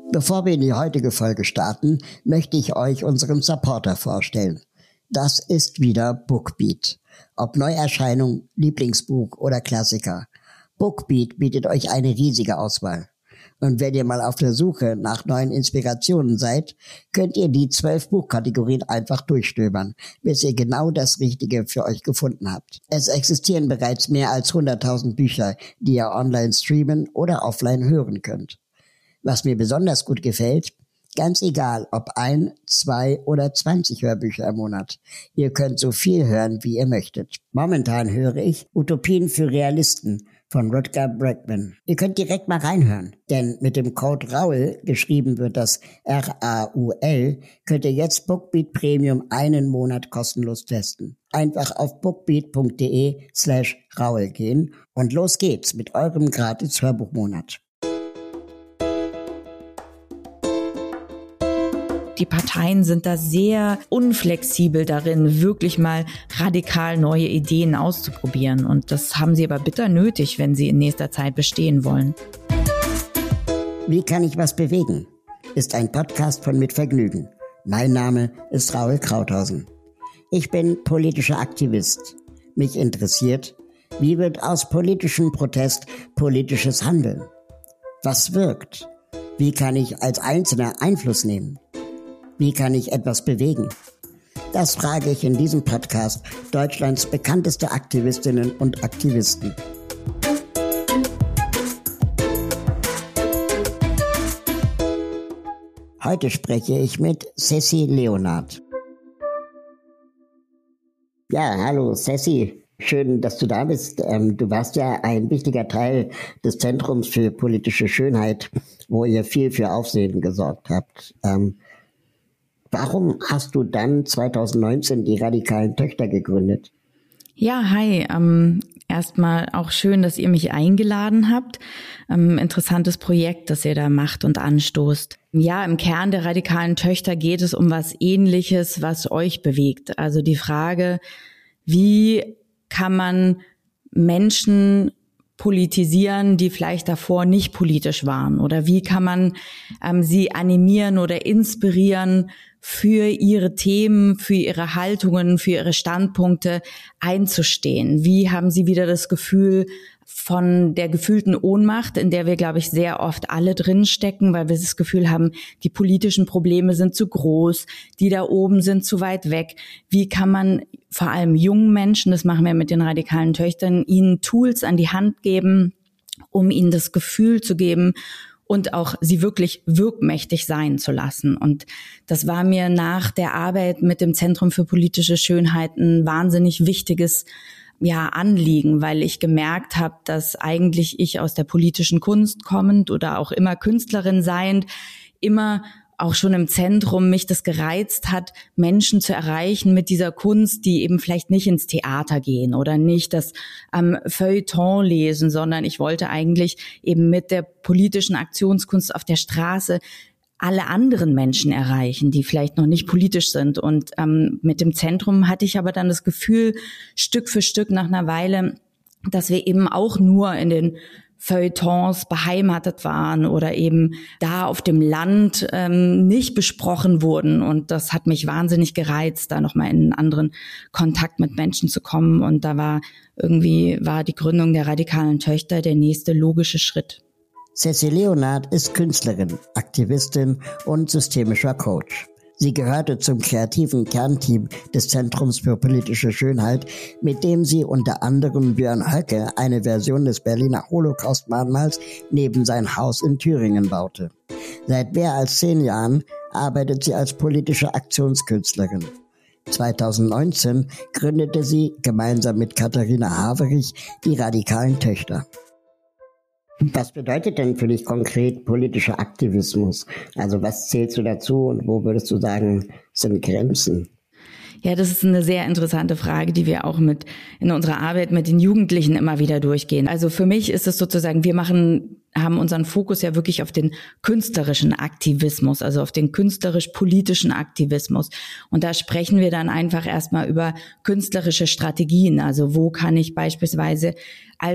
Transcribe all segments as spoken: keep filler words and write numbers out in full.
Bevor wir in die heutige Folge starten, möchte ich euch unseren Supporter vorstellen. Das ist wieder Bookbeat. Ob Neuerscheinung, Lieblingsbuch oder Klassiker. Bookbeat bietet euch eine riesige Auswahl. Und wenn ihr mal auf der Suche nach neuen Inspirationen seid, könnt ihr die zwölf Buchkategorien einfach durchstöbern, bis ihr genau das Richtige für euch gefunden habt. Es existieren bereits mehr als hunderttausend Bücher, die ihr online streamen oder offline hören könnt. Was mir besonders gut gefällt, ganz egal ob ein, zwei oder zwanzig Hörbücher im Monat. Ihr könnt so viel hören, wie ihr möchtet. Momentan höre ich Utopien für Realisten von Rutger Bregman. Ihr könnt direkt mal reinhören, denn mit dem Code RAUL, geschrieben wird das R A U L, könnt ihr jetzt Bookbeat Premium einen Monat kostenlos testen. Einfach auf bookbeat.de slash RAUL gehen und los geht's mit eurem gratis Hörbuchmonat. Die Parteien sind da sehr unflexibel darin, wirklich mal radikal neue Ideen auszuprobieren. Und das haben sie aber bitter nötig, wenn sie in nächster Zeit bestehen wollen. Wie kann ich was bewegen? Ist ein Podcast von Mit Vergnügen. Mein Name ist Raul Krauthausen. Ich bin politischer Aktivist. Mich interessiert, wie wird aus politischem Protest politisches Handeln? Was wirkt? Wie kann ich als Einzelner Einfluss nehmen? Wie kann ich etwas bewegen? Das frage ich in diesem Podcast Deutschlands bekannteste Aktivistinnen und Aktivisten. Heute spreche ich mit Sessi Leonard. Ja, hallo Sessi. Schön, dass du da bist. Ähm, du warst ja ein wichtiger Teil des Zentrums für politische Schönheit, wo ihr viel für Aufsehen gesorgt habt. Ähm, Warum hast du dann zwanzig neunzehn die Radikalen Töchter gegründet? Ja, hi. Ähm, erstmal auch schön, dass ihr mich eingeladen habt. Ähm, interessantes Projekt, das ihr da macht und anstoßt. Ja, im Kern der Radikalen Töchter geht es um was Ähnliches, was euch bewegt. Also die Frage, wie kann man Menschen politisieren, die vielleicht davor nicht politisch waren? Oder wie kann man ähm, sie animieren oder inspirieren, für ihre Themen, für ihre Haltungen, für ihre Standpunkte einzustehen? Wie haben sie wieder das Gefühl von der gefühlten Ohnmacht, in der wir, glaube ich, sehr oft alle drinstecken, weil wir das Gefühl haben, die politischen Probleme sind zu groß, die da oben sind zu weit weg. Wie kann man vor allem jungen Menschen, das machen wir mit den Radikalen Töchtern, ihnen Tools an die Hand geben, um ihnen das Gefühl zu geben und auch sie wirklich wirkmächtig sein zu lassen. Und das war mir nach der Arbeit mit dem Zentrum für politische Schönheit ein wahnsinnig wichtiges ja, Anliegen, weil ich gemerkt habe, dass eigentlich ich aus der politischen Kunst kommend oder auch immer Künstlerin seiend, immer auch schon im Zentrum mich das gereizt hat, Menschen zu erreichen mit dieser Kunst, die eben vielleicht nicht ins Theater gehen oder nicht das ähm, Feuilleton lesen, sondern ich wollte eigentlich eben mit der politischen Aktionskunst auf der Straße alle anderen Menschen erreichen, die vielleicht noch nicht politisch sind. Und ähm, mit dem Zentrum hatte ich aber dann das Gefühl, Stück für Stück nach einer Weile, dass wir eben auch nur in den Feuilletons beheimatet waren oder eben da auf dem Land ähm, nicht besprochen wurden. Und das hat mich wahnsinnig gereizt, da nochmal in einen anderen Kontakt mit Menschen zu kommen. Und da war irgendwie, war die Gründung der Radikalen Töchter der nächste logische Schritt. Sessi Leonard ist Künstlerin, Aktivistin und systemischer Coach. Sie gehörte zum kreativen Kernteam des Zentrums für politische Schönheit, mit dem sie unter anderem Björn Höcke eine Version des Berliner Holocaust-Mahnmals neben sein Haus in Thüringen baute. Seit mehr als zehn Jahren arbeitet sie als politische Aktionskünstlerin. zwanzig neunzehn gründete sie gemeinsam mit Katharina Haverich die Radikalen Töchter. Was bedeutet denn für dich konkret politischer Aktivismus? Also was zählst du dazu und wo würdest du sagen, sind Grenzen? Ja, das ist eine sehr interessante Frage, die wir auch mit in unserer Arbeit mit den Jugendlichen immer wieder durchgehen. Also für mich ist es sozusagen, wir machen, haben unseren Fokus ja wirklich auf den künstlerischen Aktivismus, also auf den künstlerisch-politischen Aktivismus. Und da sprechen wir dann einfach erstmal über künstlerische Strategien. Also wo kann ich beispielsweise als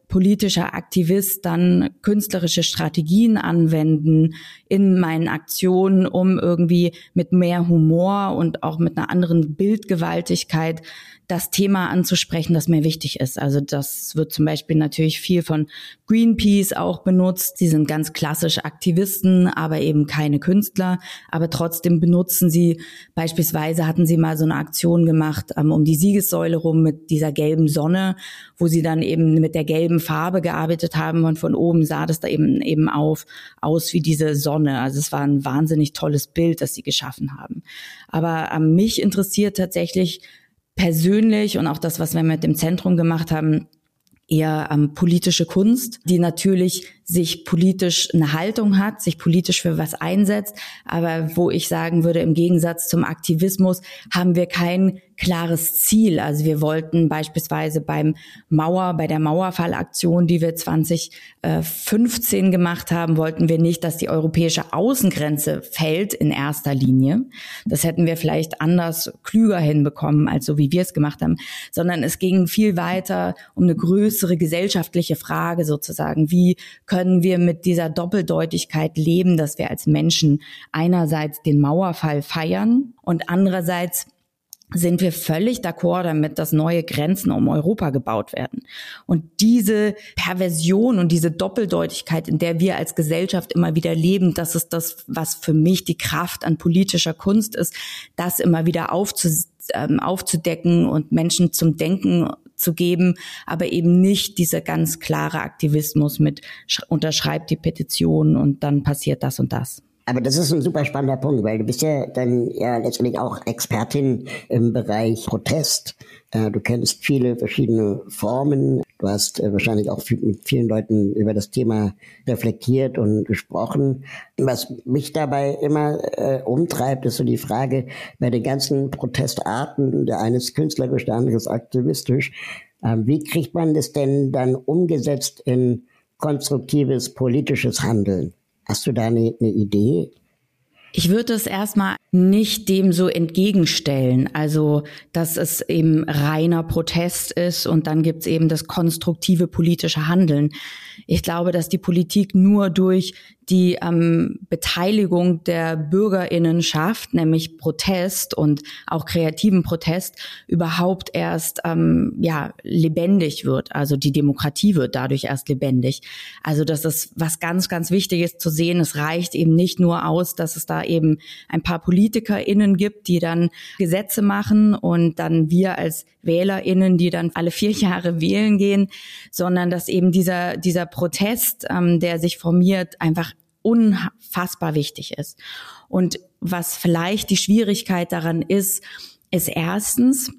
politischer Aktivist dann künstlerische Strategien anwenden in meinen Aktionen, um irgendwie mit mehr Humor und auch mit einer anderen Bildgewaltigkeit das Thema anzusprechen, das mir wichtig ist. Also das wird zum Beispiel natürlich viel von Greenpeace auch benutzt. Die sind ganz klassisch Aktivisten, aber eben keine Künstler. Aber trotzdem benutzen sie, beispielsweise hatten sie mal so eine Aktion gemacht um, um die Siegessäule rum mit dieser gelben Sonne, wo sie dann eben mit der gelben Farbe gearbeitet haben und von oben sah das da eben eben auf aus wie diese Sonne. Also es war ein wahnsinnig tolles Bild, das sie geschaffen haben. Aber ähm, mich interessiert tatsächlich persönlich und auch das, was wir mit dem Zentrum gemacht haben, eher ähm, politische Kunst, die natürlich sich politisch eine Haltung hat, sich politisch für was einsetzt, aber wo ich sagen würde, im Gegensatz zum Aktivismus haben wir kein klares Ziel. Also wir wollten beispielsweise beim Mauer, bei der Mauerfallaktion, die wir zwanzig fünfzehn gemacht haben, wollten wir nicht, dass die europäische Außengrenze fällt in erster Linie. Das hätten wir vielleicht anders, klüger hinbekommen, als so wie wir es gemacht haben, sondern es ging viel weiter um eine größere gesellschaftliche Frage sozusagen. Wie können wir mit dieser Doppeldeutigkeit leben, dass wir als Menschen einerseits den Mauerfall feiern und andererseits sind wir völlig d'accord damit, dass neue Grenzen um Europa gebaut werden. Und diese Perversion und diese Doppeldeutigkeit, in der wir als Gesellschaft immer wieder leben, das ist das, was für mich die Kraft an politischer Kunst ist, das immer wieder aufzu- ähm, aufzudecken und Menschen zum Denken zu geben, aber eben nicht dieser ganz klare Aktivismus mit unterschreibt die Petition und dann passiert das und das. Aber das ist ein super spannender Punkt, weil du bist ja dann ja letztendlich auch Expertin im Bereich Protest. Du kennst viele verschiedene Formen. Du hast wahrscheinlich auch mit vielen Leuten über das Thema reflektiert und gesprochen. Was mich dabei immer äh, umtreibt, ist so die Frage, bei den ganzen Protestarten, der eine ist künstlerisch, der andere ist aktivistisch, äh, wie kriegt man das denn dann umgesetzt in konstruktives politisches Handeln? Hast du da eine, eine Idee? Ich würde es erstmal nicht dem so entgegenstellen, also dass es eben reiner Protest ist und dann gibt's eben das konstruktive politische Handeln. Ich glaube, dass die Politik nur durch die ähm, Beteiligung der BürgerInnenschaft, nämlich Protest und auch kreativen Protest, überhaupt erst ähm, ja lebendig wird. Also die Demokratie wird dadurch erst lebendig. Also das ist was ganz, ganz Wichtiges zu sehen. Es reicht eben nicht nur aus, dass es da eben ein paar PolitikerInnen gibt, die dann Gesetze machen und dann wir als WählerInnen, die dann alle vier Jahre wählen gehen, sondern dass eben dieser dieser Protest, ähm, der sich formiert, einfach unfassbar wichtig ist. Und was vielleicht die Schwierigkeit daran ist, ist erstens,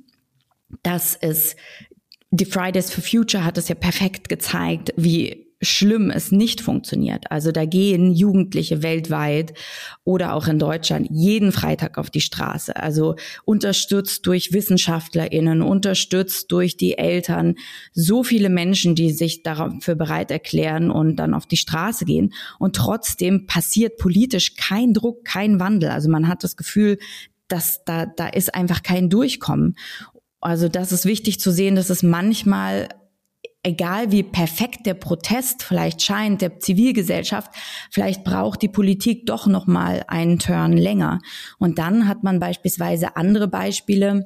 dass es, die Fridays for Future hat es ja perfekt gezeigt, wie schlimm es nicht funktioniert. Also da gehen Jugendliche weltweit oder auch in Deutschland jeden Freitag auf die Straße. Also unterstützt durch WissenschaftlerInnen, unterstützt durch die Eltern. So viele Menschen, die sich dafür bereit erklären und dann auf die Straße gehen. Und trotzdem passiert politisch kein Druck, kein Wandel. Also man hat das Gefühl, dass da, da ist einfach kein Durchkommen. Also das ist wichtig zu sehen, dass es manchmal, egal wie perfekt der Protest vielleicht scheint, der Zivilgesellschaft, vielleicht braucht die Politik doch noch mal einen Turn länger. Und dann hat man beispielsweise andere Beispiele,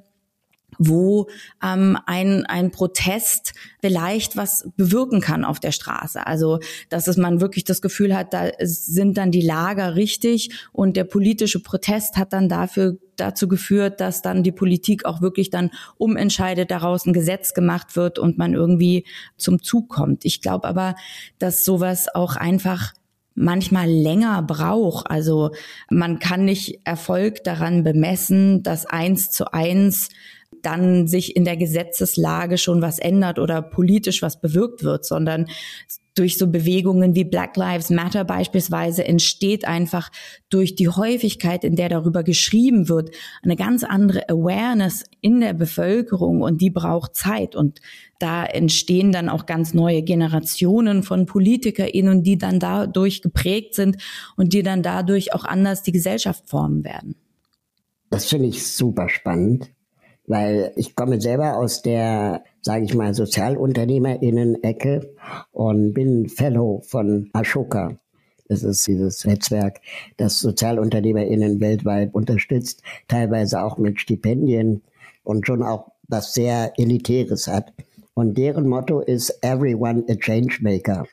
wo ähm, ein ein Protest vielleicht was bewirken kann auf der Straße. Also, dass es man wirklich das Gefühl hat, da sind dann die Lager richtig und der politische Protest hat dann dafür dazu geführt, dass dann die Politik auch wirklich dann umentscheidet, daraus ein Gesetz gemacht wird und man irgendwie zum Zug kommt. Ich glaube aber, dass sowas auch einfach manchmal länger braucht. Also man kann nicht Erfolg daran bemessen, dass eins zu eins dann sich in der Gesetzeslage schon was ändert oder politisch was bewirkt wird, sondern durch so Bewegungen wie Black Lives Matter beispielsweise entsteht einfach durch die Häufigkeit, in der darüber geschrieben wird, eine ganz andere Awareness in der Bevölkerung und die braucht Zeit und da entstehen dann auch ganz neue Generationen von PolitikerInnen, die dann dadurch geprägt sind und die dann dadurch auch anders die Gesellschaft formen werden. Das finde ich super spannend. weil ich komme selber aus der, sage ich mal, SozialunternehmerInnen-Ecke und bin Fellow von Ashoka. Das ist dieses Netzwerk, das SozialunternehmerInnen weltweit unterstützt, teilweise auch mit Stipendien und schon auch was sehr Elitäres hat. Und deren Motto ist Everyone a Changemaker.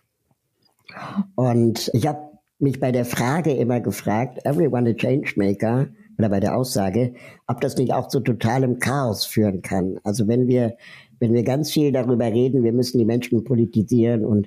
Und ich habe mich bei der Frage immer gefragt, Everyone a Changemaker, oder bei der Aussage, ob das nicht auch zu totalem Chaos führen kann. Also wenn wir wenn wir ganz viel darüber reden, wir müssen die Menschen politisieren und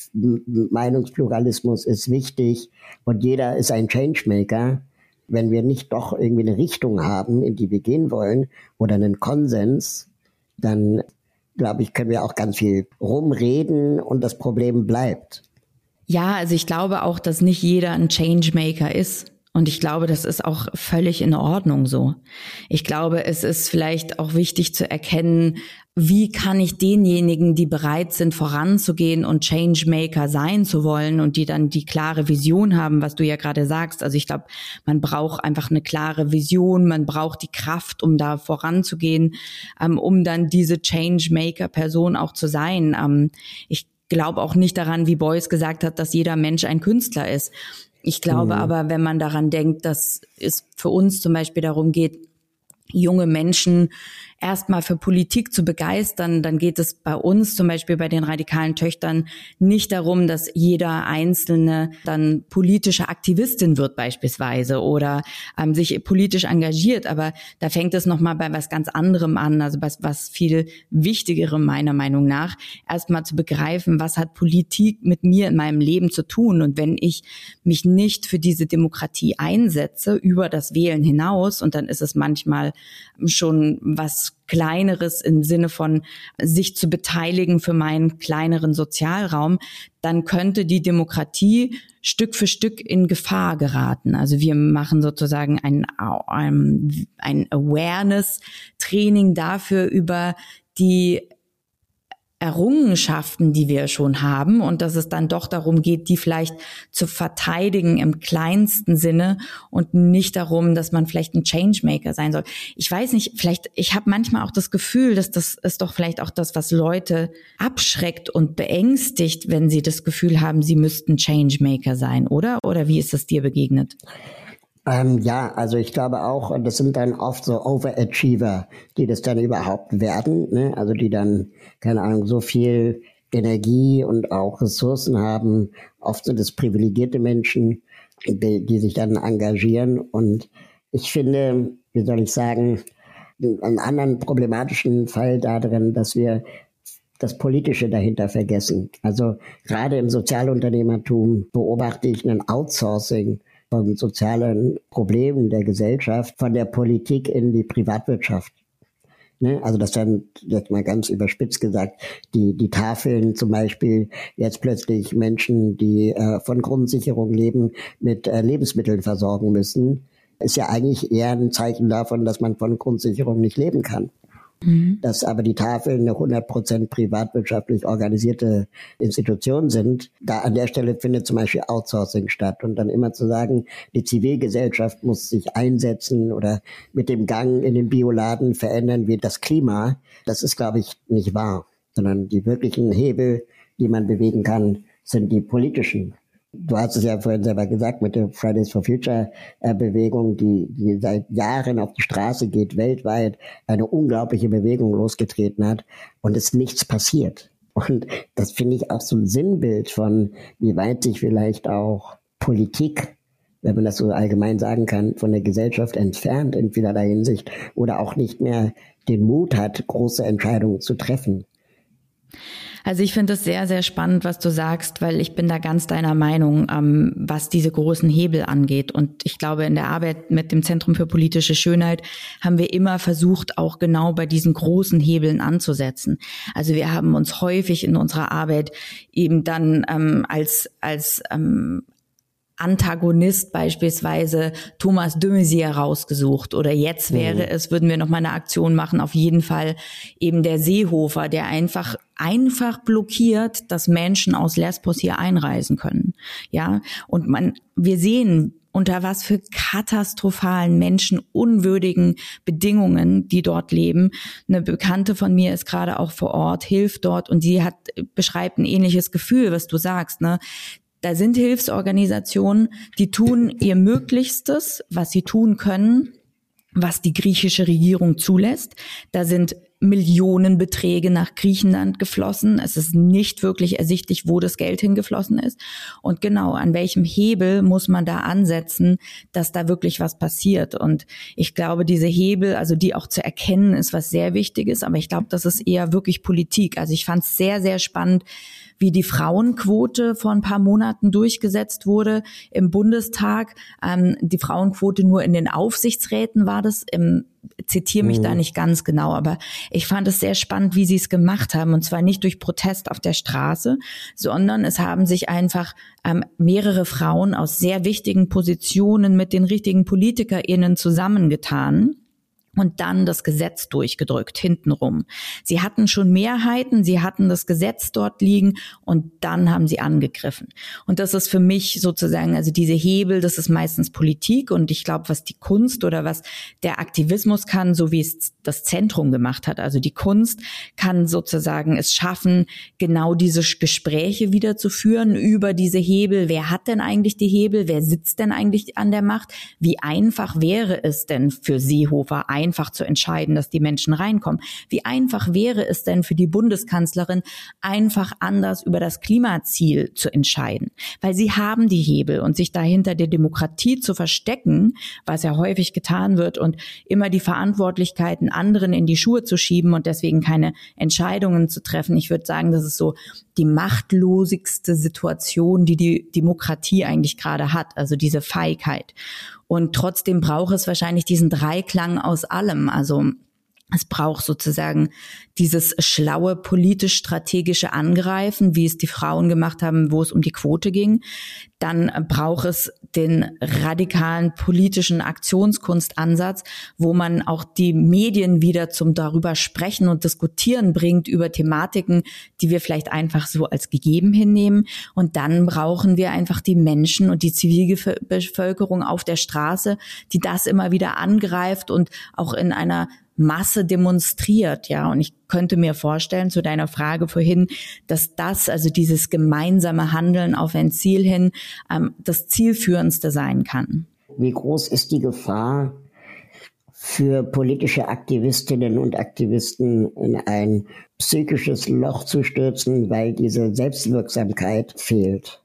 Meinungspluralismus ist wichtig und jeder ist ein Changemaker, wenn wir nicht doch irgendwie eine Richtung haben, in die wir gehen wollen oder einen Konsens, dann glaube ich, können wir auch ganz viel rumreden und das Problem bleibt. Ja, also ich glaube auch, dass nicht jeder ein Changemaker ist. Und ich glaube, das ist auch völlig in Ordnung so. Ich glaube, es ist vielleicht auch wichtig zu erkennen, wie kann ich denjenigen, die bereit sind, voranzugehen und Changemaker sein zu wollen und die dann die klare Vision haben, was du ja gerade sagst. Also ich glaube, man braucht einfach eine klare Vision, man braucht die Kraft, um da voranzugehen, ähm, um dann diese Changemaker-Person auch zu sein. Ähm, ich glaube auch nicht daran, wie Beuys gesagt hat, dass jeder Mensch ein Künstler ist. Ich glaube mhm. aber, wenn man daran denkt, dass es für uns zum Beispiel darum geht, junge Menschen erstmal für Politik zu begeistern, dann geht es bei uns zum Beispiel bei den radikalen Töchtern nicht darum, dass jeder Einzelne dann politische Aktivistin wird beispielsweise oder ähm, sich politisch engagiert, aber da fängt es nochmal bei was ganz anderem an, also was, was viel Wichtigerem meiner Meinung nach, erstmal zu begreifen, was hat Politik mit mir in meinem Leben zu tun und wenn ich mich nicht für diese Demokratie einsetze, über das Wählen hinaus und dann ist es manchmal schon was Kleineres im Sinne von sich zu beteiligen für meinen kleineren Sozialraum, dann könnte die Demokratie Stück für Stück in Gefahr geraten. Also wir machen sozusagen ein, ein, ein Awareness-Training dafür über die Errungenschaften, die wir schon haben und dass es dann doch darum geht, die vielleicht zu verteidigen im kleinsten Sinne und nicht darum, dass man vielleicht ein Changemaker sein soll. Ich weiß nicht, vielleicht, ich habe manchmal auch das Gefühl, dass das ist doch vielleicht auch das, was Leute abschreckt und beängstigt, wenn sie das Gefühl haben, sie müssten Changemaker sein, oder? Oder wie ist das dir begegnet? Ähm, ja, also ich glaube auch, und das sind dann oft so Overachiever, die das dann überhaupt werden, ne? Also die dann, keine Ahnung, so viel Energie und auch Ressourcen haben. Oft sind es privilegierte Menschen, die, die sich dann engagieren. Und ich finde, wie soll ich sagen, einen anderen problematischen Fall darin, dass wir das Politische dahinter vergessen. Also gerade im Sozialunternehmertum beobachte ich ein Outsourcing von sozialen Problemen der Gesellschaft, von der Politik in die Privatwirtschaft. Ne? Also das dann, jetzt mal ganz überspitzt gesagt, die, die Tafeln zum Beispiel, jetzt plötzlich Menschen, die äh, von Grundsicherung leben, mit äh, Lebensmitteln versorgen müssen, ist ja eigentlich eher ein Zeichen davon, dass man von Grundsicherung nicht leben kann. Mhm. Dass aber die Tafeln eine hundert Prozent privatwirtschaftlich organisierte Institution sind, da an der Stelle findet zum Beispiel Outsourcing statt. Und dann immer zu sagen, die Zivilgesellschaft muss sich einsetzen oder mit dem Gang in den Bioladen verändern wir das Klima, das ist, glaube ich, nicht wahr. Sondern die wirklichen Hebel, die man bewegen kann, sind die politischen. Du hast es ja vorhin selber gesagt mit der Fridays for Future äh, Bewegung, die, die seit Jahren auf die Straße geht, weltweit eine unglaubliche Bewegung losgetreten hat und es nichts passiert. Und das finde ich auch so ein Sinnbild von, wie weit sich vielleicht auch Politik, wenn man das so allgemein sagen kann, von der Gesellschaft entfernt in vielerlei Hinsicht oder auch nicht mehr den Mut hat, große Entscheidungen zu treffen. Also ich finde es sehr, sehr spannend, was du sagst, weil ich bin da ganz deiner Meinung, ähm, was diese großen Hebel angeht. Und ich glaube, in der Arbeit mit dem Zentrum für politische Schönheit haben wir immer versucht, auch genau bei diesen großen Hebeln anzusetzen. Also wir haben uns häufig in unserer Arbeit eben dann ähm, als als ähm, Antagonist beispielsweise Thomas de Maizière rausgesucht oder jetzt wäre mhm. es, würden wir noch mal eine Aktion machen, auf jeden Fall eben der Seehofer, der einfach einfach blockiert, dass Menschen aus Lesbos hier einreisen können. Ja, und man wir sehen unter was für katastrophalen, menschenunwürdigen Bedingungen die dort leben. Eine Bekannte von mir ist gerade auch vor Ort, hilft dort und die hat beschreibt ein ähnliches Gefühl, was du sagst, ne? Da sind Hilfsorganisationen, die tun ihr Möglichstes, was sie tun können, was die griechische Regierung zulässt. Da sind Millionenbeträge nach Griechenland geflossen. Es ist nicht wirklich ersichtlich, wo das Geld hingeflossen ist. Und genau, an welchem Hebel muss man da ansetzen, dass da wirklich was passiert? Und ich glaube, diese Hebel, also die auch zu erkennen, ist was sehr Wichtiges. Aber ich glaube, das ist eher wirklich Politik. Also ich fand es sehr, sehr spannend, wie die Frauenquote vor ein paar Monaten durchgesetzt wurde im Bundestag. Ähm, die Frauenquote nur in den Aufsichtsräten war das. Im, zitiere mich mhm. da nicht ganz genau, aber ich fand es sehr spannend, wie sie es gemacht haben. Und zwar nicht durch Protest auf der Straße, sondern es haben sich einfach ähm, mehrere Frauen aus sehr wichtigen Positionen mit den richtigen PolitikerInnen zusammengetan und dann das Gesetz durchgedrückt, hintenrum. Sie hatten schon Mehrheiten, sie hatten das Gesetz dort liegen und dann haben sie angegriffen. Und das ist für mich sozusagen, also diese Hebel, das ist meistens Politik und ich glaube, was die Kunst oder was der Aktivismus kann, so wie es das Zentrum gemacht hat, also die Kunst kann sozusagen es schaffen, genau diese Gespräche wieder zu führen über diese Hebel. Wer hat denn eigentlich die Hebel? Wer sitzt denn eigentlich an der Macht? Wie einfach wäre es denn für Seehofer, einfach zu entscheiden, dass die Menschen reinkommen? Wie einfach wäre es denn für die Bundeskanzlerin, einfach anders über das Klimaziel zu entscheiden? Weil sie haben die Hebel und sich dahinter der Demokratie zu verstecken, was ja häufig getan wird und immer die Verantwortlichkeiten anderen in die Schuhe zu schieben und deswegen keine Entscheidungen zu treffen. Ich würde sagen, das ist so die machtlosigste Situation, die die Demokratie eigentlich gerade hat, also diese Feigheit. Und trotzdem braucht es wahrscheinlich diesen Dreiklang aus allem. Also es braucht sozusagen dieses schlaue politisch-strategische Angreifen, wie es die Frauen gemacht haben, wo es um die Quote ging. Dann braucht es den radikalen politischen Aktionskunstansatz, wo man auch die Medien wieder zum darüber sprechen und diskutieren bringt, über Thematiken, die wir vielleicht einfach so als gegeben hinnehmen. Und dann brauchen wir einfach die Menschen und die Zivilbevölkerung auf der Straße, die das immer wieder angreift und auch in einer Masse demonstriert, ja. Und ich könnte mir vorstellen, zu deiner Frage vorhin, dass das, also dieses gemeinsame Handeln auf ein Ziel hin, ähm, das zielführendste sein kann. Wie groß ist die Gefahr für politische Aktivistinnen und Aktivisten, in ein psychisches Loch zu stürzen, weil diese Selbstwirksamkeit fehlt?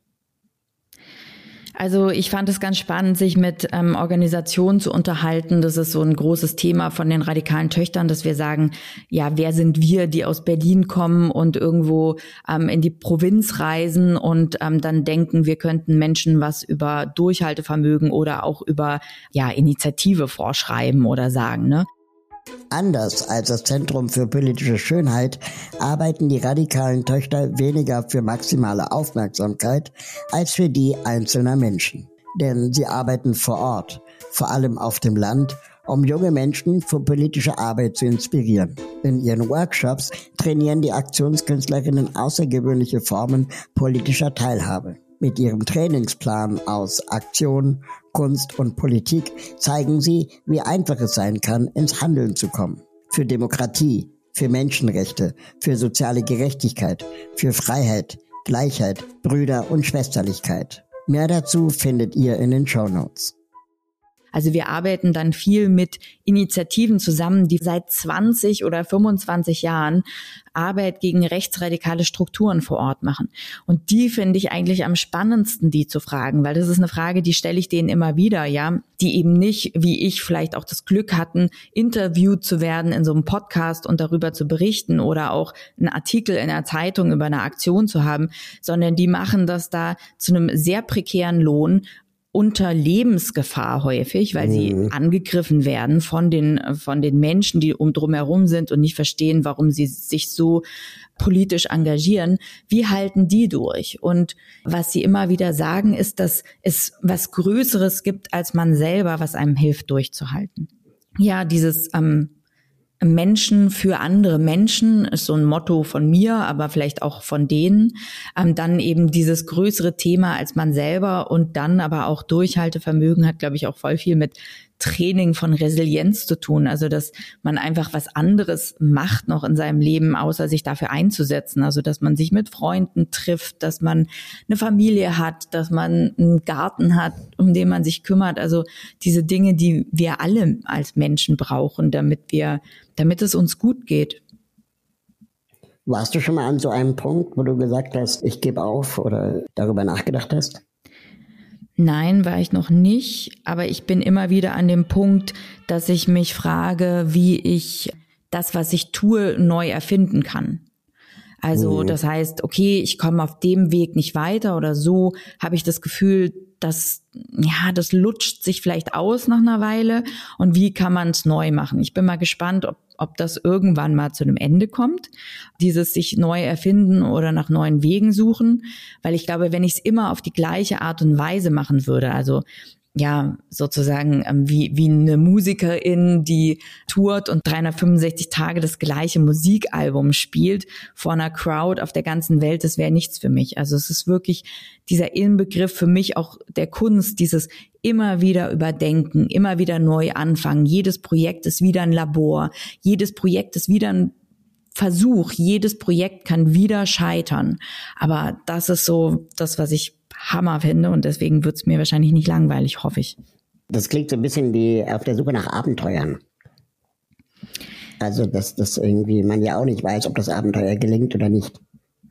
Also ich fand es ganz spannend, sich mit ähm, Organisationen zu unterhalten. Das ist so ein großes Thema von den radikalen Töchtern, dass wir sagen, ja, wer sind wir, die aus Berlin kommen und irgendwo ähm, in die Provinz reisen und ähm, dann denken, wir könnten Menschen was über Durchhaltevermögen oder auch über ja Initiative vorschreiben oder sagen, ne? Anders als das Zentrum für politische Schönheit arbeiten die radikalen Töchter weniger für maximale Aufmerksamkeit als für die einzelner Menschen. Denn sie arbeiten vor Ort, vor allem auf dem Land, um junge Menschen für politische Arbeit zu inspirieren. In ihren Workshops trainieren die Aktionskünstlerinnen außergewöhnliche Formen politischer Teilhabe. Mit ihrem Trainingsplan aus Aktion, Kunst und Politik zeigen sie, wie einfach es sein kann, ins Handeln zu kommen. Für Demokratie, für Menschenrechte, für soziale Gerechtigkeit, für Freiheit, Gleichheit, Brüder- und Schwesterlichkeit. Mehr dazu findet ihr in den Shownotes. Also wir arbeiten dann viel mit Initiativen zusammen, die seit zwanzig oder fünfundzwanzig Jahren Arbeit gegen rechtsradikale Strukturen vor Ort machen. Und die finde ich eigentlich am spannendsten, die zu fragen, weil das ist eine Frage, die stelle ich denen immer wieder, ja, die eben nicht, wie ich vielleicht auch das Glück hatten, interviewt zu werden in so einem Podcast und darüber zu berichten oder auch einen Artikel in der Zeitung über eine Aktion zu haben, sondern die machen das da zu einem sehr prekären Lohn, unter Lebensgefahr häufig, weil sie mhm. angegriffen werden von den von den Menschen, die um drumherum sind und nicht verstehen, warum sie sich so politisch engagieren. Wie halten die durch? Und was sie immer wieder sagen, ist, dass es was Größeres gibt als man selber, was einem hilft, durchzuhalten. Ja, dieses ähm, Menschen für andere Menschen ist so ein Motto von mir, aber vielleicht auch von denen. Ähm, dann eben dieses größere Thema als man selber und dann aber auch Durchhaltevermögen hat, glaube ich, auch voll viel mit Training von Resilienz zu tun. Also, dass man einfach was anderes macht noch in seinem Leben, außer sich dafür einzusetzen. Also, dass man sich mit Freunden trifft, dass man eine Familie hat, dass man einen Garten hat, um den man sich kümmert. Also, diese Dinge, die wir alle als Menschen brauchen, damit wir, damit es uns gut geht. Warst du schon mal an so einem Punkt, wo du gesagt hast, ich gebe auf oder darüber nachgedacht hast? Nein, war ich noch nicht, aber ich bin immer wieder an dem Punkt, dass ich mich frage, wie ich das, was ich tue, neu erfinden kann. Also das heißt, okay, ich komme auf dem Weg nicht weiter oder so, habe ich das Gefühl, dass ja, das lutscht sich vielleicht aus nach einer Weile und wie kann man es neu machen? Ich bin mal gespannt, ob ob das irgendwann mal zu einem Ende kommt, dieses sich neu erfinden oder nach neuen Wegen suchen, weil ich glaube, wenn ich es immer auf die gleiche Art und Weise machen würde, also ja, sozusagen ähm, wie wie eine Musikerin, die tourt und dreihundertfünfundsechzig Tage das gleiche Musikalbum spielt vor einer Crowd auf der ganzen Welt, das wäre nichts für mich. Also es ist wirklich dieser Inbegriff für mich auch der Kunst, dieses immer wieder überdenken, immer wieder neu anfangen. Jedes Projekt ist wieder ein Labor, jedes Projekt ist wieder ein Versuch, jedes Projekt kann wieder scheitern. Aber das ist so das, was ich Hammer finde und deswegen wird es mir wahrscheinlich nicht langweilig, hoffe ich. Das klingt so ein bisschen wie auf der Suche nach Abenteuern. Also, dass das irgendwie man ja auch nicht weiß, ob das Abenteuer gelingt oder nicht.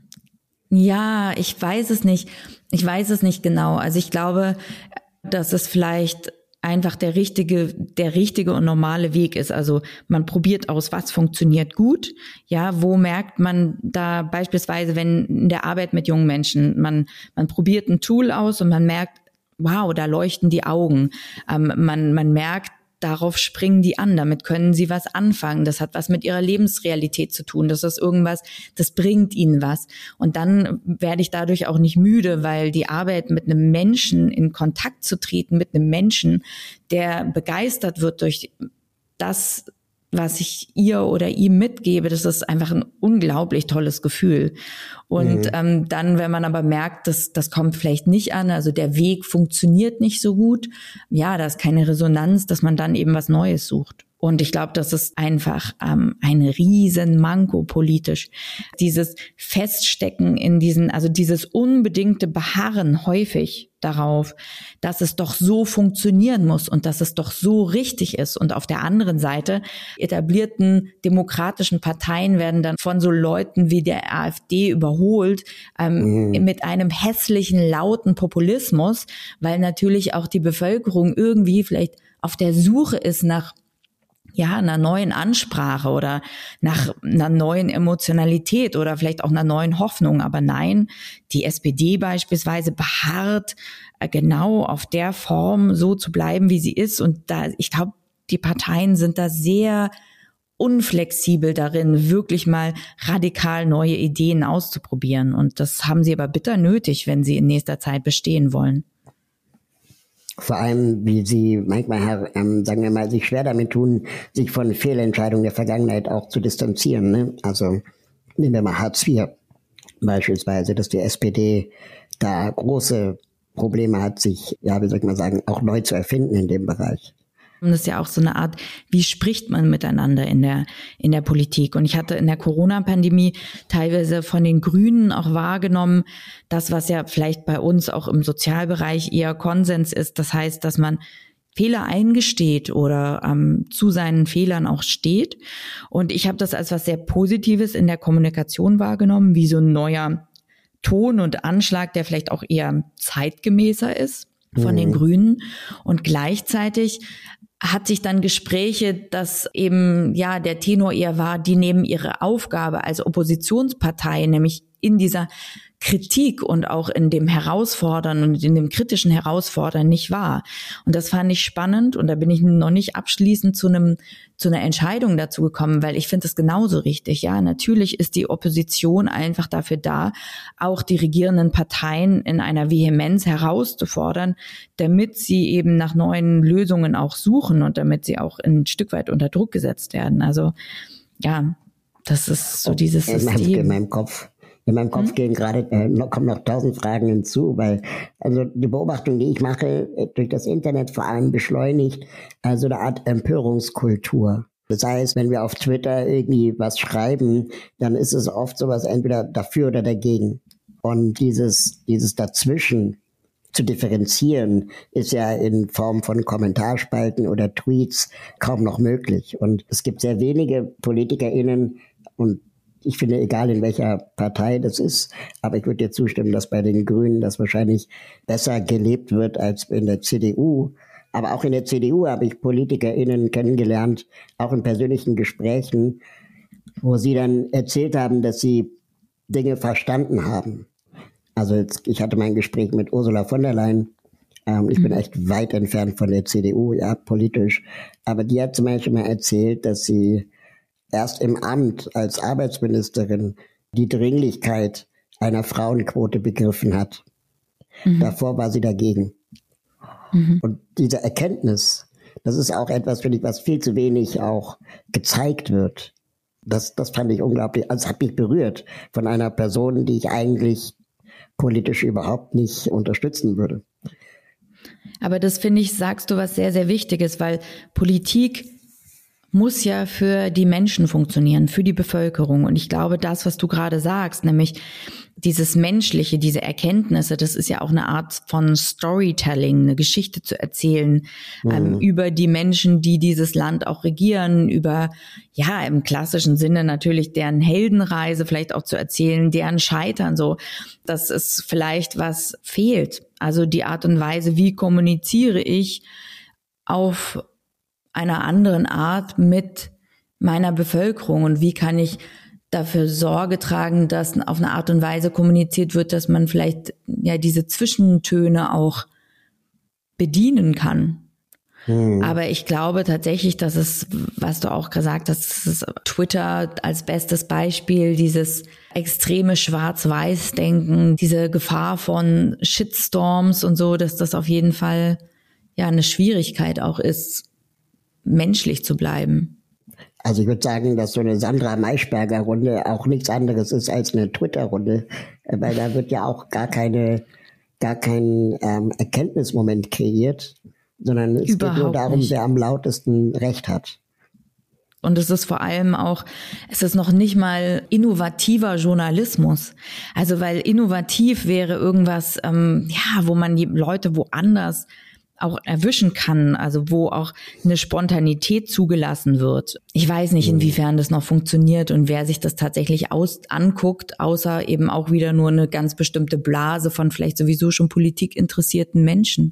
Ja, ich weiß es nicht. Ich weiß es nicht genau. Also ich glaube, dass es vielleicht einfach der richtige, der richtige und normale Weg ist. Also man probiert aus, was funktioniert gut. Ja, wo merkt man da beispielsweise, wenn in der Arbeit mit jungen Menschen, man, man probiert ein Tool aus und man merkt, wow, da leuchten die Augen. Ähm, man, man merkt, darauf springen die an, damit können sie was anfangen. Das hat was mit ihrer Lebensrealität zu tun. Das ist irgendwas, das bringt ihnen was. Und dann werde ich dadurch auch nicht müde, weil die Arbeit mit einem Menschen in Kontakt zu treten, mit einem Menschen, der begeistert wird durch das, was ich ihr oder ihm mitgebe, das ist einfach ein unglaublich tolles Gefühl. Und mhm. ähm, dann, wenn man aber merkt, dass das kommt vielleicht nicht an, also der Weg funktioniert nicht so gut, ja, da ist keine Resonanz, dass man dann eben was Neues sucht. Und ich glaube, das ist einfach ähm, ein riesen Manko politisch. Dieses Feststecken in diesen, also dieses unbedingte Beharren häufig darauf, dass es doch so funktionieren muss und dass es doch so richtig ist. Und auf der anderen Seite, etablierten demokratischen Parteien werden dann von so Leuten wie der AfD überholt, ähm, mhm. mit einem hässlichen, lauten Populismus, weil natürlich auch die Bevölkerung irgendwie vielleicht auf der Suche ist nach ja, einer neuen Ansprache oder nach einer neuen Emotionalität oder vielleicht auch einer neuen Hoffnung. Aber nein, die S P D beispielsweise beharrt genau auf der Form so zu bleiben, wie sie ist. Und da, ich glaube, die Parteien sind da sehr unflexibel darin, wirklich mal radikal neue Ideen auszuprobieren. Und das haben sie aber bitter nötig, wenn sie in nächster Zeit bestehen wollen. Vor allem, wie sie manchmal, ähm, sagen wir mal, sich schwer damit tun, sich von Fehlentscheidungen der Vergangenheit auch zu distanzieren. Ne? Also nehmen wir mal Hartz vier beispielsweise, dass die S P D da große Probleme hat, sich, ja, wie soll ich mal sagen, auch neu zu erfinden in dem Bereich. Und das ist ja auch so eine Art, wie spricht man miteinander in der, in der Politik? Und ich hatte in der Corona-Pandemie teilweise von den Grünen auch wahrgenommen, das, was ja vielleicht bei uns auch im Sozialbereich eher Konsens ist. Das heißt, dass man Fehler eingesteht oder ähm, zu seinen Fehlern auch steht. Und ich habe das als was sehr Positives in der Kommunikation wahrgenommen, wie so ein neuer Ton und Anschlag, der vielleicht auch eher zeitgemäßer ist von mhm. den Grünen. Und gleichzeitig hat sich dann Gespräche, dass eben ja der Tenor eher war, die nehmen ihre Aufgabe als Oppositionspartei, nämlich in dieser Kritik und auch in dem Herausfordern und in dem kritischen Herausfordern nicht war. Und das fand ich spannend und da bin ich noch nicht abschließend zu einem zu einer Entscheidung dazu gekommen, weil ich finde es genauso richtig. Ja, natürlich ist die Opposition einfach dafür da, auch die regierenden Parteien in einer Vehemenz herauszufordern, damit sie eben nach neuen Lösungen auch suchen und damit sie auch ein Stück weit unter Druck gesetzt werden. Also ja, das ist so dieses System. In meinem Kopf. In meinem Kopf gehen gerade, äh, noch, kommen noch tausend Fragen hinzu, weil also die Beobachtung, die ich mache, äh, durch das Internet vor allem beschleunigt, also eine Art Empörungskultur. Das heißt, wenn wir auf Twitter irgendwie was schreiben, dann ist es oft sowas entweder dafür oder dagegen. Und dieses, dieses Dazwischen zu differenzieren, ist ja in Form von Kommentarspalten oder Tweets kaum noch möglich. Und es gibt sehr wenige PolitikerInnen, und ich finde, egal in welcher Partei das ist, aber ich würde dir zustimmen, dass bei den Grünen das wahrscheinlich besser gelebt wird als in der C D U. Aber auch in der C D U habe ich PolitikerInnen kennengelernt, auch in persönlichen Gesprächen, wo sie dann erzählt haben, dass sie Dinge verstanden haben. Also jetzt, ich hatte mein Gespräch mit Ursula von der Leyen. Ähm, ich mhm. bin echt weit entfernt von der C D U, ja, politisch. Aber die hat zum Beispiel mal erzählt, dass sie erst im Amt als Arbeitsministerin die Dringlichkeit einer Frauenquote begriffen hat. Mhm. Davor war sie dagegen. Mhm. Und diese Erkenntnis, das ist auch etwas, finde ich, was viel zu wenig auch gezeigt wird. Das, das fand ich unglaublich, also es hat mich berührt von einer Person, die ich eigentlich politisch überhaupt nicht unterstützen würde. Aber das, finde ich, sagst du was sehr, sehr Wichtiges, weil Politik muss ja für die Menschen funktionieren, für die Bevölkerung. Und ich glaube, das, was du gerade sagst, nämlich dieses Menschliche, diese Erkenntnisse, das ist ja auch eine Art von Storytelling, eine Geschichte zu erzählen, mhm. ähm, über die Menschen, die dieses Land auch regieren, über, ja, im klassischen Sinne natürlich deren Heldenreise vielleicht auch zu erzählen, deren Scheitern, so. Das ist vielleicht, was fehlt. Also die Art und Weise, wie kommuniziere ich auf einer anderen Art mit meiner Bevölkerung und wie kann ich dafür Sorge tragen, dass auf eine Art und Weise kommuniziert wird, dass man vielleicht ja diese Zwischentöne auch bedienen kann. Hm. Aber ich glaube tatsächlich, dass es, was du auch gesagt hast, das ist Twitter als bestes Beispiel, dieses extreme Schwarz-Weiß-Denken, diese Gefahr von Shitstorms und so, dass das auf jeden Fall ja eine Schwierigkeit auch ist, menschlich zu bleiben. Also ich würde sagen, dass so eine Sandra Maischberger Runde auch nichts anderes ist als eine Twitter-Runde, weil da wird ja auch gar keine, gar kein ähm, Erkenntnismoment kreiert, sondern es Überhaupt geht nur darum, nicht. Wer am lautesten Recht hat. Und es ist vor allem auch, es ist noch nicht mal innovativer Journalismus. Also weil innovativ wäre irgendwas, ähm, ja, wo man die Leute woanders auch erwischen kann, also wo auch eine Spontanität zugelassen wird. Ich weiß nicht, inwiefern das noch funktioniert und wer sich das tatsächlich aus anguckt, außer eben auch wieder nur eine ganz bestimmte Blase von vielleicht sowieso schon politikinteressierten Menschen.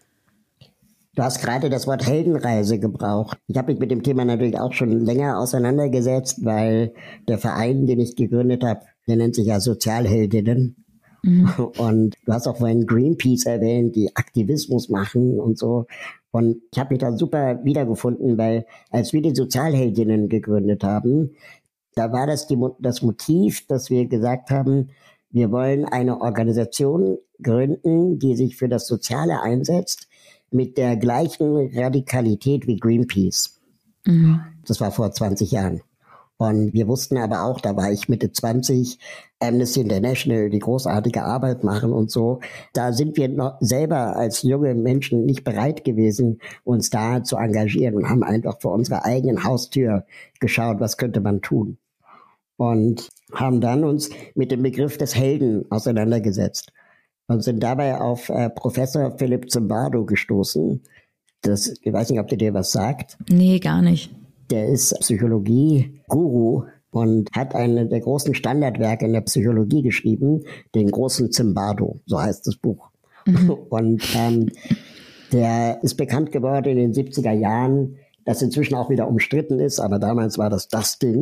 Du hast gerade das Wort Heldenreise gebraucht. Ich habe mich mit dem Thema natürlich auch schon länger auseinandergesetzt, weil der Verein, den ich gegründet habe, der nennt sich ja Sozialheldinnen. Mhm. Und du hast auch vorhin Greenpeace erwähnt, die Aktivismus machen und so. Und ich habe mich da super wiedergefunden, weil als wir die Sozialheldinnen gegründet haben, da war das die, das Motiv, dass wir gesagt haben, wir wollen eine Organisation gründen, die sich für das Soziale einsetzt, mit der gleichen Radikalität wie Greenpeace. Mhm. Das war vor zwanzig Jahren. Und wir wussten aber auch, da war ich Mitte zwanzig, Amnesty International, die großartige Arbeit machen und so. Da sind wir noch selber als junge Menschen nicht bereit gewesen, uns da zu engagieren und haben einfach vor unserer eigenen Haustür geschaut, was könnte man tun. Und haben dann uns mit dem Begriff des Helden auseinandergesetzt und sind dabei auf äh, Professor Philipp Zimbardo gestoßen. Das, ich weiß nicht, ob der dir was sagt. Nee, gar nicht. Der ist Psychologie-Guru und hat eine der großen Standardwerke in der Psychologie geschrieben, den großen Zimbardo, so heißt das Buch. Mhm. Und ähm, der ist bekannt geworden in den siebziger Jahren, das inzwischen auch wieder umstritten ist, aber damals war das das Ding,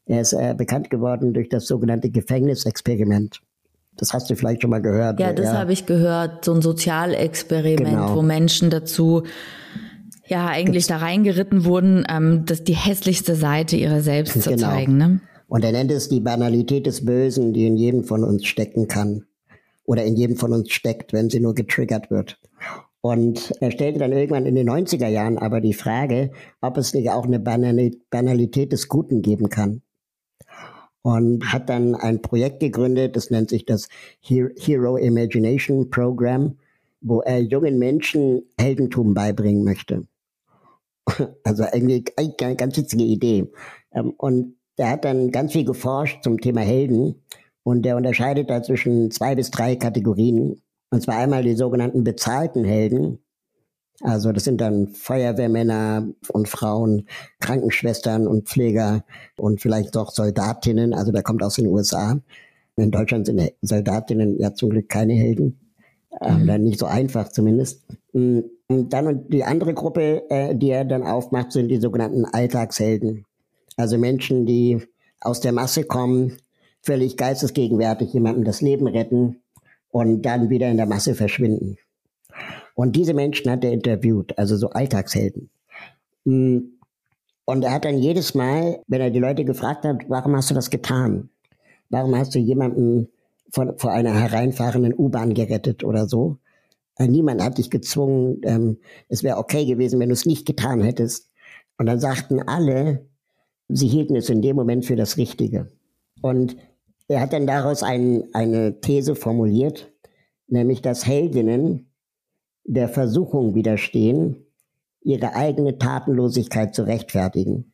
Er ist äh, bekannt geworden durch das sogenannte Gefängnisexperiment. Das hast du vielleicht schon mal gehört. Ja, das habe ich gehört. So ein Sozialexperiment, genau. Wo Menschen dazu ja eigentlich Gibt's, da reingeritten wurden, ähm, das die hässlichste Seite ihrer selbst zu genau. zeigen. Ne? Und er nennt es die Banalität des Bösen, die in jedem von uns stecken kann. Oder in jedem von uns steckt, wenn sie nur getriggert wird. Und er stellte dann irgendwann in den neunziger Jahren aber die Frage, ob es nicht auch eine Banalität des Guten geben kann. Und hat dann ein Projekt gegründet, das nennt sich das Hero Imagination Program, wo er jungen Menschen Heldentum beibringen möchte. Also irgendwie eine ganz witzige Idee. Und er hat dann ganz viel geforscht zum Thema Helden und er unterscheidet da zwischen zwei bis drei Kategorien. Und zwar einmal die sogenannten bezahlten Helden. Also das sind dann Feuerwehrmänner und Frauen, Krankenschwestern und Pfleger und vielleicht doch Soldatinnen. Also der kommt aus den U S A. In Deutschland sind Soldatinnen ja zum Glück keine Helden. Mhm. Oder nicht so einfach zumindest. Und dann die andere Gruppe, die er dann aufmacht, sind die sogenannten Alltagshelden. Also Menschen, die aus der Masse kommen, völlig geistesgegenwärtig jemandem das Leben retten und dann wieder in der Masse verschwinden. Und diese Menschen hat er interviewt, also so Alltagshelden. Und er hat dann jedes Mal, wenn er die Leute gefragt hat, warum hast du das getan? Warum hast du jemanden vor, vor einer hereinfahrenden U-Bahn gerettet oder so? Niemand hat dich gezwungen, ähm, es wäre okay gewesen, wenn du es nicht getan hättest. Und dann sagten alle, sie hielten es in dem Moment für das Richtige. Und er hat dann daraus ein, eine These formuliert, nämlich, dass Heldinnen der Versuchung widerstehen, ihre eigene Tatenlosigkeit zu rechtfertigen.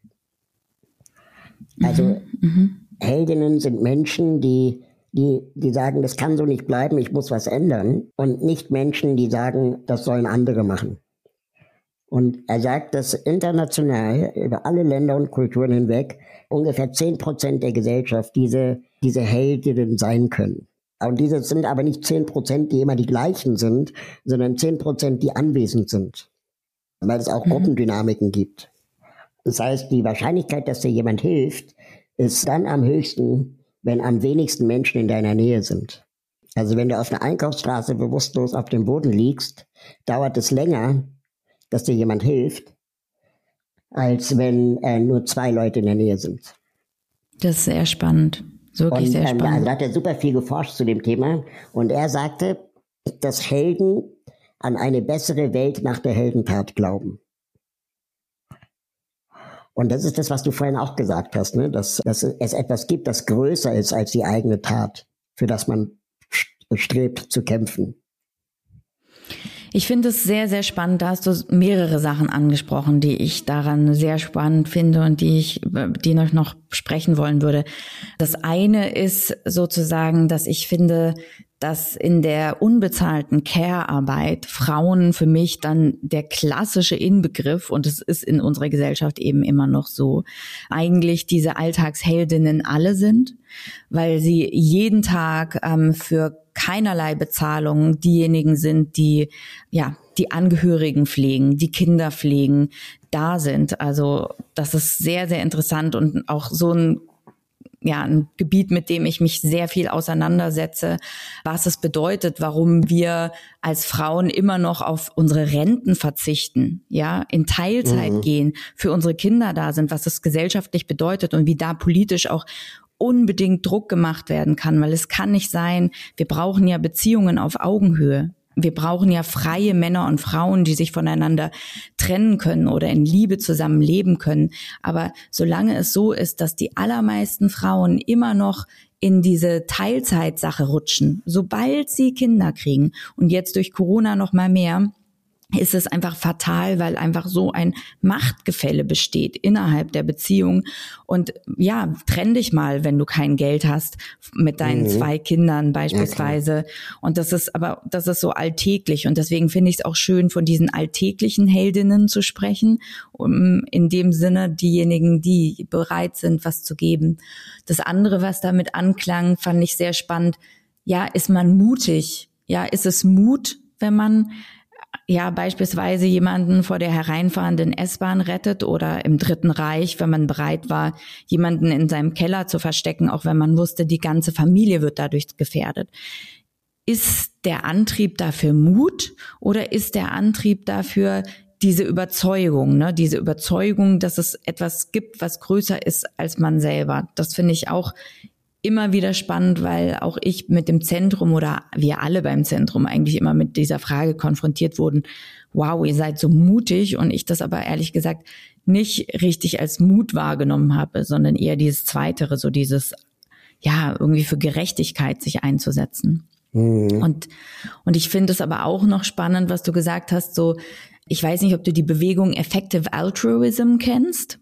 Also mhm. Heldinnen sind Menschen, die, die, die sagen, das kann so nicht bleiben, ich muss was ändern. Und nicht Menschen, die sagen, das sollen andere machen. Und er sagt, dass international über alle Länder und Kulturen hinweg ungefähr zehn Prozent der Gesellschaft diese, diese Heldinnen sein können. Und diese sind aber nicht zehn Prozent, die immer die gleichen sind, sondern zehn Prozent, die anwesend sind. Weil es auch mhm. Gruppendynamiken gibt. Das heißt, die Wahrscheinlichkeit, dass dir jemand hilft, ist dann am höchsten, wenn am wenigsten Menschen in deiner Nähe sind. Also wenn du auf einer Einkaufsstraße bewusstlos auf dem Boden liegst, dauert es länger, dass dir jemand hilft, als wenn äh, nur zwei Leute in der Nähe sind. Das ist sehr spannend. Wirklich und, sehr spannend. Ähm, also hat er super viel geforscht zu dem Thema. Und er sagte, dass Helden an eine bessere Welt nach der Heldentat glauben. Und das ist das, was du vorhin auch gesagt hast, ne? dass, dass es etwas gibt, das größer ist als die eigene Tat, für das man strebt zu kämpfen. Ich finde es sehr, sehr spannend. Da hast du mehrere Sachen angesprochen, die ich daran sehr spannend finde und die ich, die ich noch sprechen wollen würde. Das eine ist sozusagen, dass ich finde, dass in der unbezahlten Care-Arbeit Frauen für mich dann der klassische Inbegriff, und es ist in unserer Gesellschaft eben immer noch so, eigentlich diese Alltagsheldinnen alle sind, weil sie jeden Tag ähm, für keinerlei Bezahlung diejenigen sind, die ja die Angehörigen pflegen, die Kinder pflegen, da sind. Also das ist sehr, sehr interessant und auch so ein ja, ein Gebiet, mit dem ich mich sehr viel auseinandersetze, was es bedeutet, warum wir als Frauen immer noch auf unsere Renten verzichten, ja, in Teilzeit mhm. gehen, für unsere Kinder da sind, was es gesellschaftlich bedeutet und wie da politisch auch unbedingt Druck gemacht werden kann, weil es kann nicht sein, wir brauchen ja Beziehungen auf Augenhöhe. Wir brauchen ja freie Männer und Frauen, die sich voneinander trennen können oder in Liebe zusammen leben können. Aber solange es so ist, dass die allermeisten Frauen immer noch in diese Teilzeitsache rutschen, sobald sie Kinder kriegen und jetzt durch Corona noch mal mehr, ist es einfach fatal, weil einfach so ein Machtgefälle besteht innerhalb der Beziehung. Und ja, trenn dich mal, wenn du kein Geld hast, mit deinen mhm. zwei Kindern beispielsweise. Ja, und das ist aber, das ist so alltäglich. Und deswegen finde ich es auch schön, von diesen alltäglichen Heldinnen zu sprechen, um in dem Sinne diejenigen, die bereit sind, was zu geben. Das andere, was damit anklang, fand ich sehr spannend. Ja, ist man mutig? Ja, ist es Mut, wenn man ja beispielsweise jemanden vor der hereinfahrenden S-Bahn rettet oder im Dritten Reich, wenn man bereit war, jemanden in seinem Keller zu verstecken, auch wenn man wusste, die ganze Familie wird dadurch gefährdet. Ist der Antrieb dafür Mut oder ist der Antrieb dafür diese Überzeugung, ne, diese Überzeugung, dass es etwas gibt, was größer ist als man selber? Das finde ich auch immer wieder spannend, weil auch ich mit dem Zentrum oder wir alle beim Zentrum eigentlich immer mit dieser Frage konfrontiert wurden, wow, ihr seid so mutig, und ich das aber ehrlich gesagt nicht richtig als Mut wahrgenommen habe, sondern eher dieses Zweitere, so dieses, ja, irgendwie für Gerechtigkeit sich einzusetzen. Mhm. Und, und ich finde es aber auch noch spannend, was du gesagt hast, so, ich weiß nicht, ob du die Bewegung Effective Altruism kennst.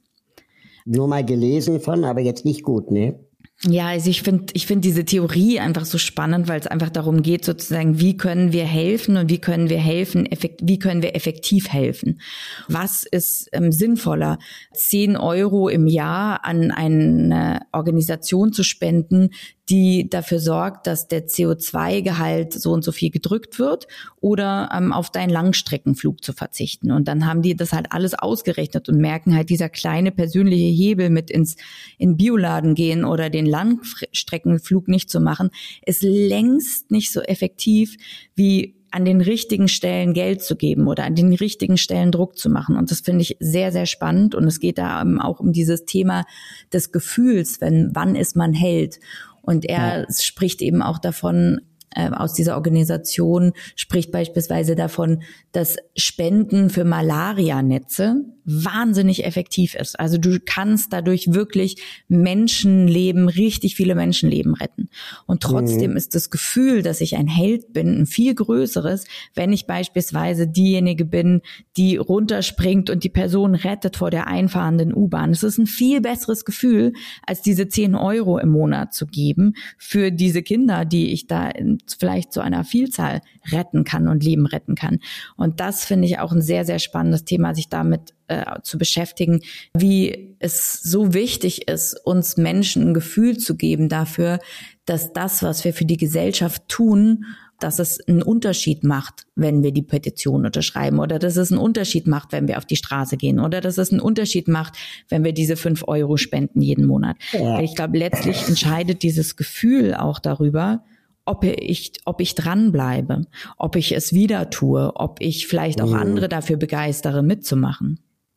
Nur mal gelesen von, aber jetzt nicht gut, ne? Ja, also ich finde, ich finde diese Theorie einfach so spannend, weil es einfach darum geht, sozusagen, wie können wir helfen und wie können wir helfen, effekt, wie können wir effektiv helfen? Was ist ähm, sinnvoller, zehn Euro im Jahr an eine Organisation zu spenden, die dafür sorgt, dass der C O zwei Gehalt so und so viel gedrückt wird, oder ähm, auf deinen Langstreckenflug zu verzichten? Und dann haben die das halt alles ausgerechnet und merken halt, dieser kleine persönliche Hebel mit ins in Bioladen gehen oder den Langstreckenflug nicht zu machen, ist längst nicht so effektiv wie an den richtigen Stellen Geld zu geben oder an den richtigen Stellen Druck zu machen. Und das finde ich sehr, sehr spannend. Und es geht da auch um dieses Thema des Gefühls, wenn, wann ist man Held? Und er ja. spricht eben auch davon, äh, aus dieser Organisation, spricht beispielsweise davon, dass Spenden für Malarianetze wahnsinnig effektiv ist. Also du kannst dadurch wirklich Menschenleben, richtig viele Menschenleben retten. Und trotzdem mhm. ist das Gefühl, dass ich ein Held bin, ein viel größeres, wenn ich beispielsweise diejenige bin, die runterspringt und die Person rettet vor der einfahrenden U-Bahn. Es ist ein viel besseres Gefühl, als diese zehn Euro im Monat zu geben für diese Kinder, die ich da vielleicht zu einer Vielzahl retten kann und Leben retten kann. Und das finde ich auch ein sehr, sehr spannendes Thema, sich damit äh, zu beschäftigen, wie es so wichtig ist, uns Menschen ein Gefühl zu geben dafür, dass das, was wir für die Gesellschaft tun, dass es einen Unterschied macht, wenn wir die Petition unterschreiben, oder dass es einen Unterschied macht, wenn wir auf die Straße gehen, oder dass es einen Unterschied macht, wenn wir diese fünf Euro spenden jeden Monat. Ja. Ich glaube, letztlich entscheidet dieses Gefühl auch darüber, ob ich, ob ich dranbleibe, ob ich es wieder tue, ob ich vielleicht auch andere dafür begeistere, mitzumachen.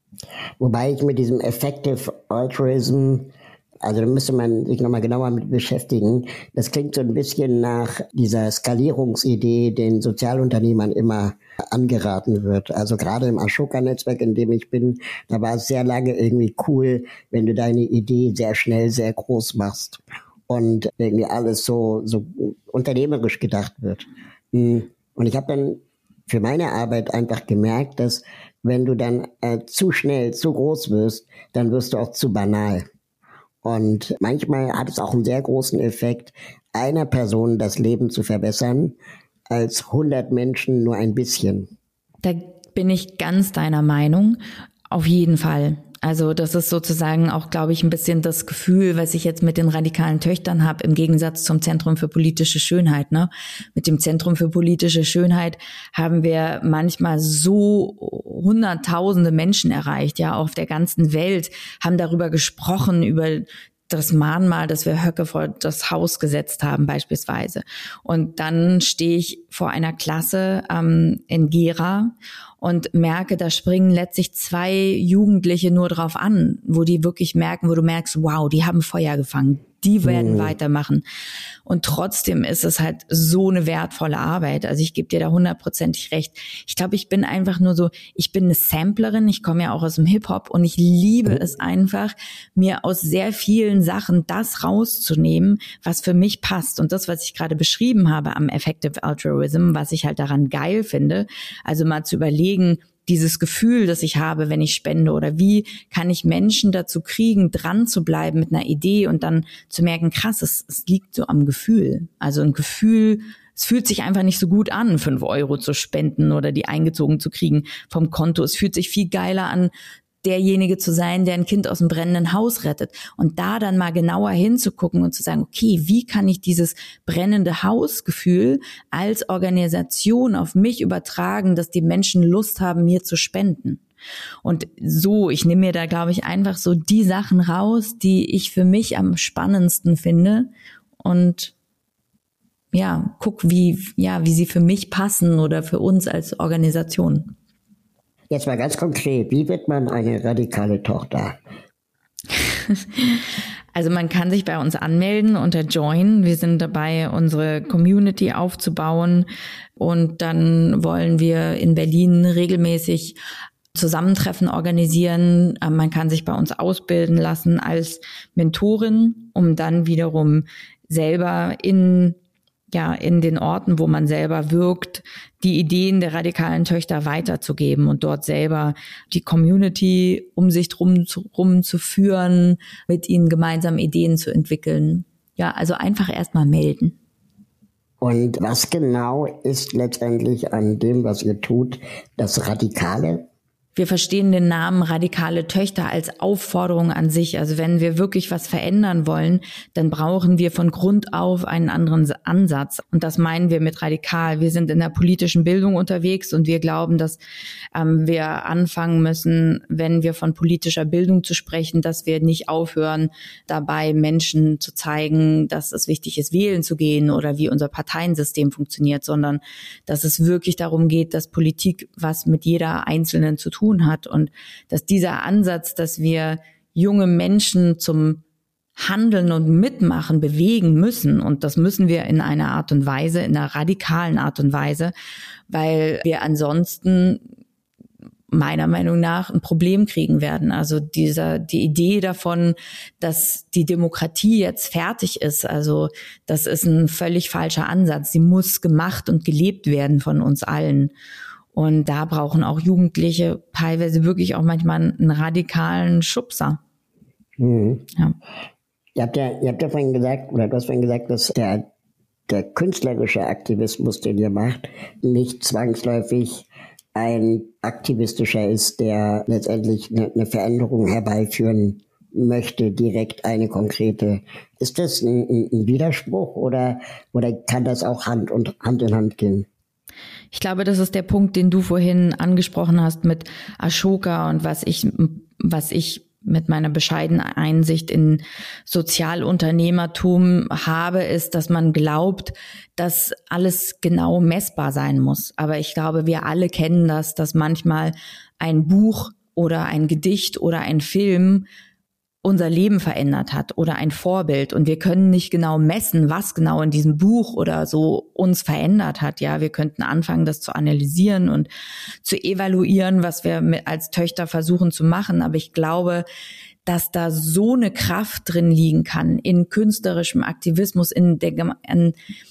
Wobei ich mit diesem Effective Altruism, also da müsste man sich nochmal genauer mit beschäftigen. Das klingt so ein bisschen nach dieser Skalierungsidee, den Sozialunternehmern immer angeraten wird. Also gerade im Ashoka-Netzwerk, in dem ich bin, da war es sehr lange irgendwie cool, wenn du deine Idee sehr schnell, sehr groß machst und irgendwie alles so, so unternehmerisch gedacht wird. Und ich habe dann für meine Arbeit einfach gemerkt, dass wenn du dann äh, zu schnell, zu groß wirst, dann wirst du auch zu banal. Und manchmal hat es auch einen sehr großen Effekt, einer Person das Leben zu verbessern, als hundert Menschen nur ein bisschen. Da bin ich ganz deiner Meinung. Auf jeden Fall. Also das ist sozusagen auch, glaube ich, ein bisschen das Gefühl, was ich jetzt mit den radikalen Töchtern habe, im Gegensatz zum Zentrum für politische Schönheit. Ne? Mit dem Zentrum für politische Schönheit haben wir manchmal so hunderttausende Menschen erreicht, ja, auf der ganzen Welt, haben darüber gesprochen, über das Mahnmal, das wir Höcke vor das Haus gesetzt haben beispielsweise. Und dann stehe ich vor einer Klasse ähm, in Gera und merke, da springen letztlich zwei Jugendliche nur drauf an, wo die wirklich merken, wo du merkst, wow, die haben Feuer gefangen, die werden mhm. weitermachen. Und trotzdem ist es halt so eine wertvolle Arbeit. Also ich gebe dir da hundertprozentig recht. Ich glaube, ich bin einfach nur so, ich bin eine Samplerin, ich komme ja auch aus dem Hip-Hop und ich liebe mhm. es einfach, mir aus sehr vielen Sachen das rauszunehmen, was für mich passt. Und das, was ich gerade beschrieben habe am Effective Altruism, was ich halt daran geil finde, also mal zu überlegen, dieses Gefühl, das ich habe, wenn ich spende, oder wie kann ich Menschen dazu kriegen, dran zu bleiben mit einer Idee und dann zu merken, krass, es, es liegt so am Gefühl. Also ein Gefühl, es fühlt sich einfach nicht so gut an, fünf Euro zu spenden oder die eingezogen zu kriegen vom Konto. Es fühlt sich viel geiler an, derjenige zu sein, der ein Kind aus dem brennenden Haus rettet. Und da dann mal genauer hinzugucken und zu sagen, okay, wie kann ich dieses brennende Hausgefühl als Organisation auf mich übertragen, dass die Menschen Lust haben, mir zu spenden. Und so, ich nehme mir da, glaube ich, einfach so die Sachen raus, die ich für mich am spannendsten finde und ja, guck, wie, ja, wie sie für mich passen oder für uns als Organisation. Jetzt mal ganz konkret, wie wird man eine radikale Tochter? Also man kann sich bei uns anmelden unter Join. Wir sind dabei, unsere Community aufzubauen und dann wollen wir in Berlin regelmäßig Zusammentreffen organisieren. Man kann sich bei uns ausbilden lassen als Mentorin, um dann wiederum selber in ja, in den Orten, wo man selber wirkt, die Ideen der radikalen Töchter weiterzugeben und dort selber die Community um sich drum zu, rum zu führen, mit ihnen gemeinsam Ideen zu entwickeln. Ja, also einfach erstmal melden. Und was genau ist letztendlich an dem, was ihr tut, das Radikale? Wir verstehen den Namen radikale Töchter als Aufforderung an sich. Also wenn wir wirklich was verändern wollen, dann brauchen wir von Grund auf einen anderen Ansatz. Und das meinen wir mit radikal. Wir sind in der politischen Bildung unterwegs und wir glauben, dass ähm, wir anfangen müssen, wenn wir von politischer Bildung zu sprechen, dass wir nicht aufhören, dabei Menschen zu zeigen, dass es wichtig ist, wählen zu gehen oder wie unser Parteiensystem funktioniert, sondern dass es wirklich darum geht, dass Politik was mit jeder Einzelnen zu tun hat und dass dieser Ansatz, dass wir junge Menschen zum Handeln und Mitmachen bewegen müssen, und das müssen wir in einer Art und Weise, in einer radikalen Art und Weise, weil wir ansonsten meiner Meinung nach ein Problem kriegen werden. Also dieser, die Idee davon, dass die Demokratie jetzt fertig ist, also das ist ein völlig falscher Ansatz. Sie muss gemacht und gelebt werden von uns allen. Und da brauchen auch Jugendliche teilweise wirklich auch manchmal einen radikalen Schubser. Mhm. Ja. Ihr habt ja, ihr habt ja vorhin gesagt, oder du hast vorhin gesagt, dass der, der künstlerische Aktivismus, den ihr macht, nicht zwangsläufig ein aktivistischer ist, der letztendlich eine, eine Veränderung herbeiführen möchte, direkt eine konkrete. Ist das ein, ein Widerspruch oder, oder kann das auch Hand und Hand in Hand gehen? Ich glaube, das ist der Punkt, den du vorhin angesprochen hast mit Ashoka und was ich, was ich mit meiner bescheidenen Einsicht in Sozialunternehmertum habe, ist, dass man glaubt, dass alles genau messbar sein muss. Aber ich glaube, wir alle kennen das, dass manchmal ein Buch oder ein Gedicht oder ein Film unser Leben verändert hat oder ein Vorbild, und wir können nicht genau messen, was genau in diesem Buch oder so uns verändert hat. Ja, wir könnten anfangen, das zu analysieren und zu evaluieren, was wir mit als Töchter versuchen zu machen, aber ich glaube, dass da so eine Kraft drin liegen kann in künstlerischem Aktivismus, in der in,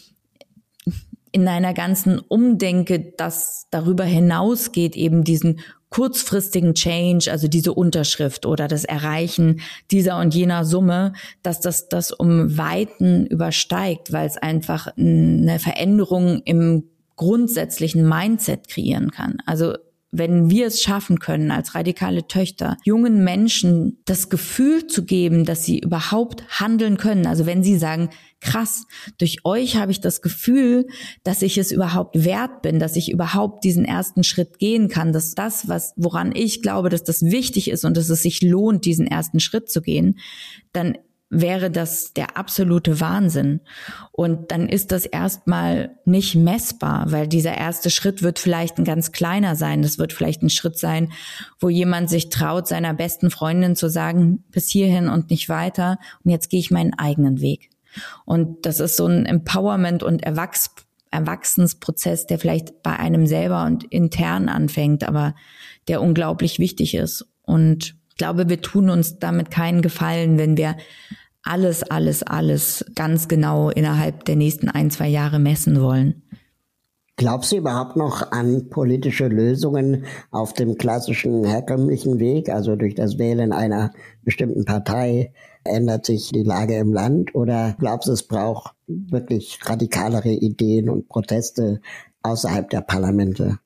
in einer ganzen Umdenke, das darüber hinausgeht, eben diesen kurzfristigen Change, also diese Unterschrift oder das Erreichen dieser und jener Summe, dass das das um Weiten übersteigt, weil es einfach eine Veränderung im grundsätzlichen Mindset kreieren kann. Also wenn wir es schaffen können, als radikale Töchter, jungen Menschen das Gefühl zu geben, dass sie überhaupt handeln können. Also wenn sie sagen, krass, durch euch habe ich das Gefühl, dass ich es überhaupt wert bin, dass ich überhaupt diesen ersten Schritt gehen kann, dass das, was woran ich glaube, dass das wichtig ist und dass es sich lohnt, diesen ersten Schritt zu gehen, dann wäre das der absolute Wahnsinn. Und dann ist das erstmal nicht messbar, weil dieser erste Schritt wird vielleicht ein ganz kleiner sein. Das wird vielleicht ein Schritt sein, wo jemand sich traut, seiner besten Freundin zu sagen, bis hierhin und nicht weiter. Und jetzt gehe ich meinen eigenen Weg. Und das ist so ein Empowerment- und Erwachs- Erwachsensprozess, der vielleicht bei einem selber und intern anfängt, aber der unglaublich wichtig ist. Und ich glaube, wir tun uns damit keinen Gefallen, wenn wir alles, alles, alles ganz genau innerhalb der nächsten ein, zwei Jahre messen wollen. Glaubst du überhaupt noch an politische Lösungen auf dem klassischen herkömmlichen Weg? Also durch das Wählen einer bestimmten Partei ändert sich die Lage im Land? Oder glaubst du, es braucht wirklich radikalere Ideen und Proteste außerhalb der Parlamente?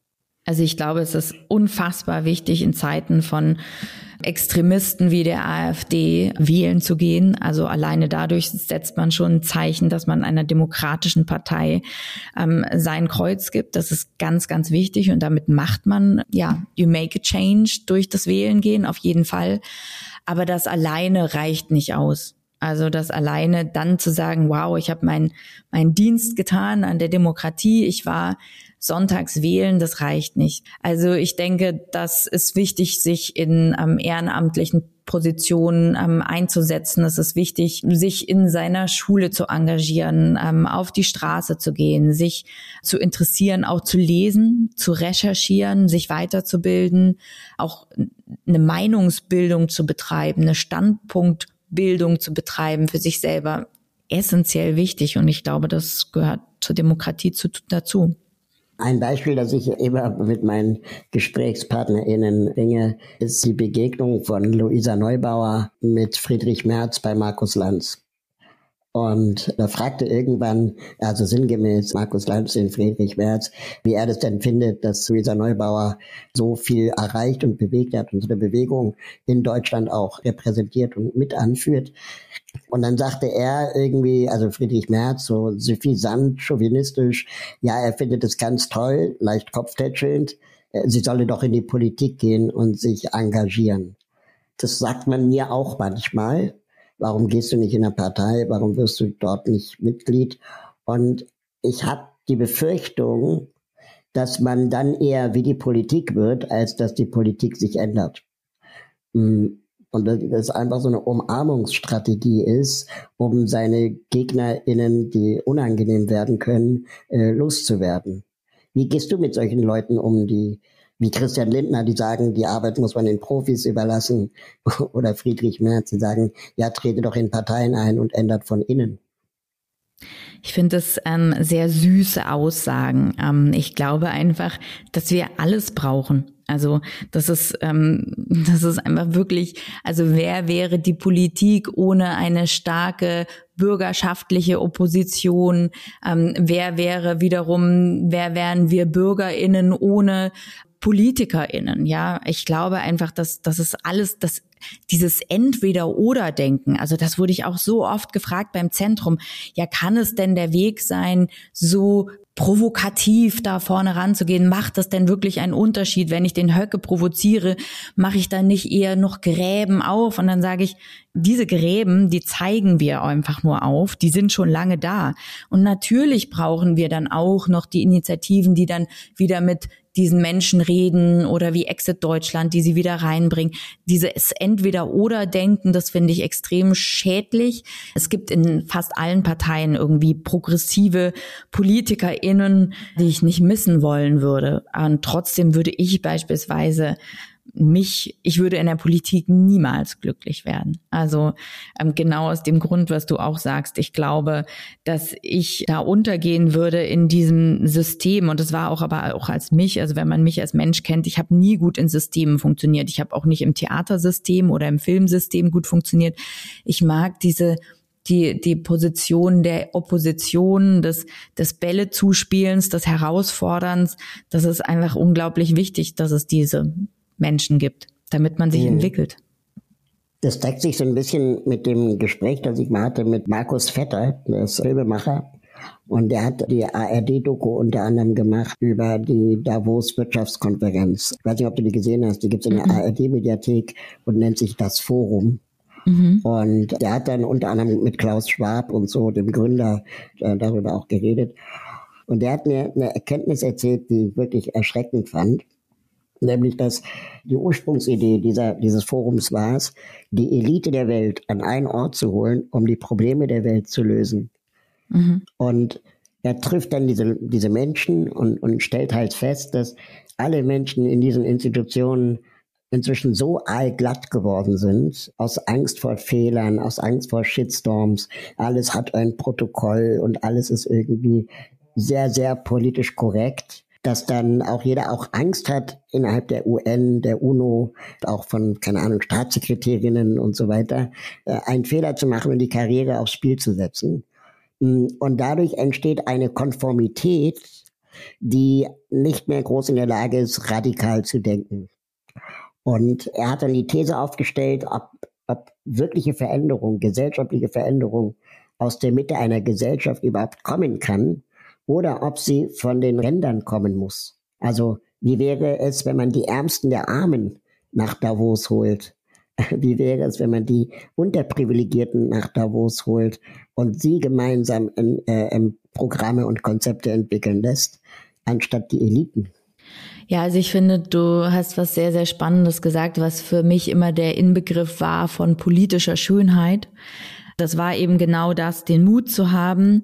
Also ich glaube, es ist unfassbar wichtig, in Zeiten von Extremisten wie der AfD wählen zu gehen. Also alleine dadurch setzt man schon ein Zeichen, dass man einer demokratischen Partei ähm, sein Kreuz gibt. Das ist ganz, ganz wichtig und damit macht man, ja, you make a change durch das Wählen gehen, auf jeden Fall. Aber das alleine reicht nicht aus. Also das alleine dann zu sagen, wow, ich habe meinen meinen Dienst getan an der Demokratie, ich war sonntags wählen, das reicht nicht. Also ich denke, das ist wichtig, sich in ähm, ehrenamtlichen Positionen ähm, einzusetzen. Es ist wichtig, sich in seiner Schule zu engagieren, ähm, auf die Straße zu gehen, sich zu interessieren, auch zu lesen, zu recherchieren, sich weiterzubilden, auch eine Meinungsbildung zu betreiben, eine Standpunktbildung zu betreiben für sich selber, essentiell wichtig. Und ich glaube, das gehört zur Demokratie zu, dazu. Ein Beispiel, das ich immer mit meinen GesprächspartnerInnen bringe, ist die Begegnung von Luisa Neubauer mit Friedrich Merz bei Markus Lanz. Und da fragte irgendwann, also sinngemäß Markus Lanz den Friedrich Merz, wie er das denn findet, dass Luisa Neubauer so viel erreicht und bewegt hat und so eine Bewegung in Deutschland auch repräsentiert und mit anführt. Und dann sagte er irgendwie, also Friedrich Merz, so suffisant, chauvinistisch, ja, er findet es ganz toll, leicht kopftätschelnd, sie solle doch in die Politik gehen und sich engagieren. Das sagt man mir auch manchmal. Warum gehst du nicht in eine Partei? Warum wirst du dort nicht Mitglied? Und ich habe die Befürchtung, dass man dann eher wie die Politik wird, als dass die Politik sich ändert. Und das einfach so eine Umarmungsstrategie ist, um seine GegnerInnen, die unangenehm werden können, loszuwerden. Wie gehst du mit solchen Leuten um, die wie Christian Lindner, die sagen, die Arbeit muss man den Profis überlassen, oder Friedrich Merz, die sagen, ja, trete doch in Parteien ein und ändert von innen? Ich finde es ähm, sehr süße Aussagen. Ähm, ich glaube einfach, dass wir alles brauchen. Also das ist, ähm, das ist einfach wirklich, also wer wäre die Politik ohne eine starke bürgerschaftliche Opposition? Ähm, wer wäre wiederum, wer wären wir BürgerInnen ohne PolitikerInnen? Ja, ich glaube einfach, dass das ist alles, das dieses Entweder-oder-Denken, also das wurde ich auch so oft gefragt beim Zentrum, ja, kann es denn der Weg sein, so provokativ da vorne ranzugehen? Macht das denn wirklich einen Unterschied, wenn ich den Höcke provoziere? Mache ich dann nicht eher noch Gräben auf? Und dann sage ich, diese Gräben, die zeigen wir einfach nur auf, die sind schon lange da. Und natürlich brauchen wir dann auch noch die Initiativen, die dann wieder mit diesen Menschen reden oder wie Exit Deutschland, die sie wieder reinbringen. Dieses Entweder-oder-Denken, das finde ich extrem schädlich. Es gibt in fast allen Parteien irgendwie progressive PolitikerInnen, die ich nicht missen wollen würde. Und trotzdem würde ich beispielsweise mich, ich würde in der Politik niemals glücklich werden. Also ähm, genau aus dem Grund, was du auch sagst. Ich glaube, dass ich da untergehen würde in diesem System. Und das war auch aber auch als mich, also wenn man mich als Mensch kennt, ich habe nie gut in Systemen funktioniert. Ich habe auch nicht im Theatersystem oder im Filmsystem gut funktioniert. Ich mag diese die die Position der Opposition, des des Bälle-Zuspielens, des Herausforderns. Das ist einfach unglaublich wichtig, dass es diese Menschen gibt, damit man sich mhm. entwickelt. Das deckt sich so ein bisschen mit dem Gespräch, das ich mal hatte mit Markus Vetter, der ist Filmemacher. Und der hat die A R D-Doku unter anderem gemacht über die Davos-Wirtschaftskonferenz. Ich weiß nicht, ob du die gesehen hast. Die gibt's in der mhm. A R D-Mediathek und nennt sich Das Forum. Mhm. Und der hat dann unter anderem mit Klaus Schwab und so, dem Gründer, äh, darüber auch geredet. Und der hat mir eine Erkenntnis erzählt, die ich wirklich erschreckend fand. Nämlich, dass die Ursprungsidee dieser, dieses Forums war es, die Elite der Welt an einen Ort zu holen, um die Probleme der Welt zu lösen. Mhm. Und er trifft dann diese, diese Menschen und, und stellt halt fest, dass alle Menschen in diesen Institutionen inzwischen so allglatt geworden sind, aus Angst vor Fehlern, aus Angst vor Shitstorms. Alles hat ein Protokoll und alles ist irgendwie sehr, sehr politisch korrekt, dass dann auch jeder auch Angst hat innerhalb der U N, der UNO, auch von, keine Ahnung, Staatssekretärinnen und so weiter, einen Fehler zu machen und die Karriere aufs Spiel zu setzen. Und dadurch entsteht eine Konformität, die nicht mehr groß in der Lage ist, radikal zu denken. Und er hat dann die These aufgestellt, ob, ob wirkliche Veränderung, gesellschaftliche Veränderung aus der Mitte einer Gesellschaft überhaupt kommen kann oder ob sie von den Rändern kommen muss. Also wie wäre es, wenn man die Ärmsten der Armen nach Davos holt? Wie wäre es, wenn man die Unterprivilegierten nach Davos holt und sie gemeinsam in, äh, in Programme und Konzepte entwickeln lässt, anstatt die Eliten? Ja, also ich finde, du hast was sehr, sehr Spannendes gesagt, was für mich immer der Inbegriff war von politischer Schönheit. Das war eben genau das, den Mut zu haben,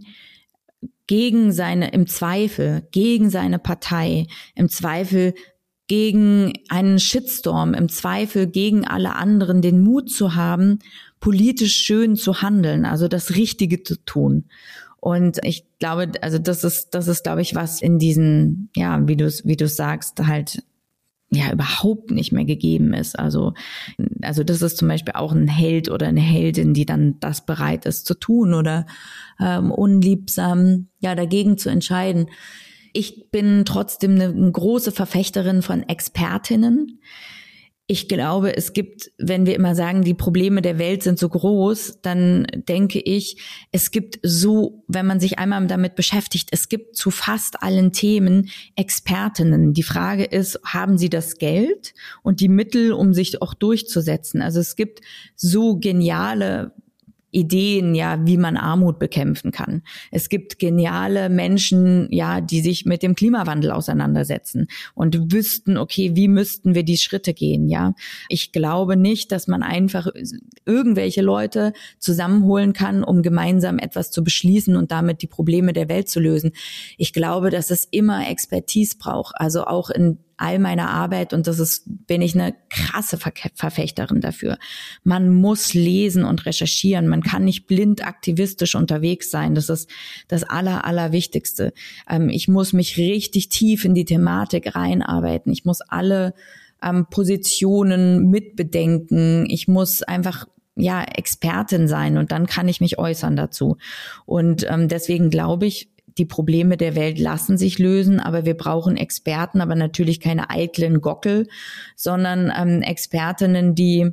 gegen seine, im Zweifel, gegen seine Partei, im Zweifel gegen einen Shitstorm, im Zweifel gegen alle anderen, den Mut zu haben, politisch schön zu handeln, also das Richtige zu tun. Und ich glaube, also das ist, das ist, glaube ich, was in diesen, ja, wie du es, wie du sagst, halt ja überhaupt nicht mehr gegeben ist. Also, also das ist zum Beispiel auch ein Held oder eine Heldin, die dann das bereit ist zu tun oder ähm, unliebsam ja dagegen zu entscheiden. Ich bin trotzdem eine, eine große Verfechterin von Expertinnen. Ich glaube, es gibt, wenn wir immer sagen, die Probleme der Welt sind so groß, dann denke ich, es gibt so, wenn man sich einmal damit beschäftigt, es gibt zu fast allen Themen Expertinnen. Die Frage ist, haben sie das Geld und die Mittel, um sich auch durchzusetzen? Also es gibt so geniale Ideen, ja, wie man Armut bekämpfen kann. Es gibt geniale Menschen, ja, die sich mit dem Klimawandel auseinandersetzen und wüssten, okay, wie müssten wir die Schritte gehen, ja. Ich glaube nicht, dass man einfach irgendwelche Leute zusammenholen kann, um gemeinsam etwas zu beschließen und damit die Probleme der Welt zu lösen. Ich glaube, dass es immer Expertise braucht, also auch in all meiner Arbeit, und das ist, bin ich eine krasse Ver- Verfechterin dafür. Man muss lesen und recherchieren. Man kann nicht blind aktivistisch unterwegs sein. Das ist das Aller, Allerwichtigste. Ähm, ich muss mich richtig tief in die Thematik reinarbeiten. Ich muss alle ähm, Positionen mitbedenken. Ich muss einfach ja Expertin sein und dann kann ich mich äußern dazu. Und ähm, deswegen glaube ich, die Probleme der Welt lassen sich lösen, aber wir brauchen Experten, aber natürlich keine eitlen Gockel, sondern ähm, Expertinnen, die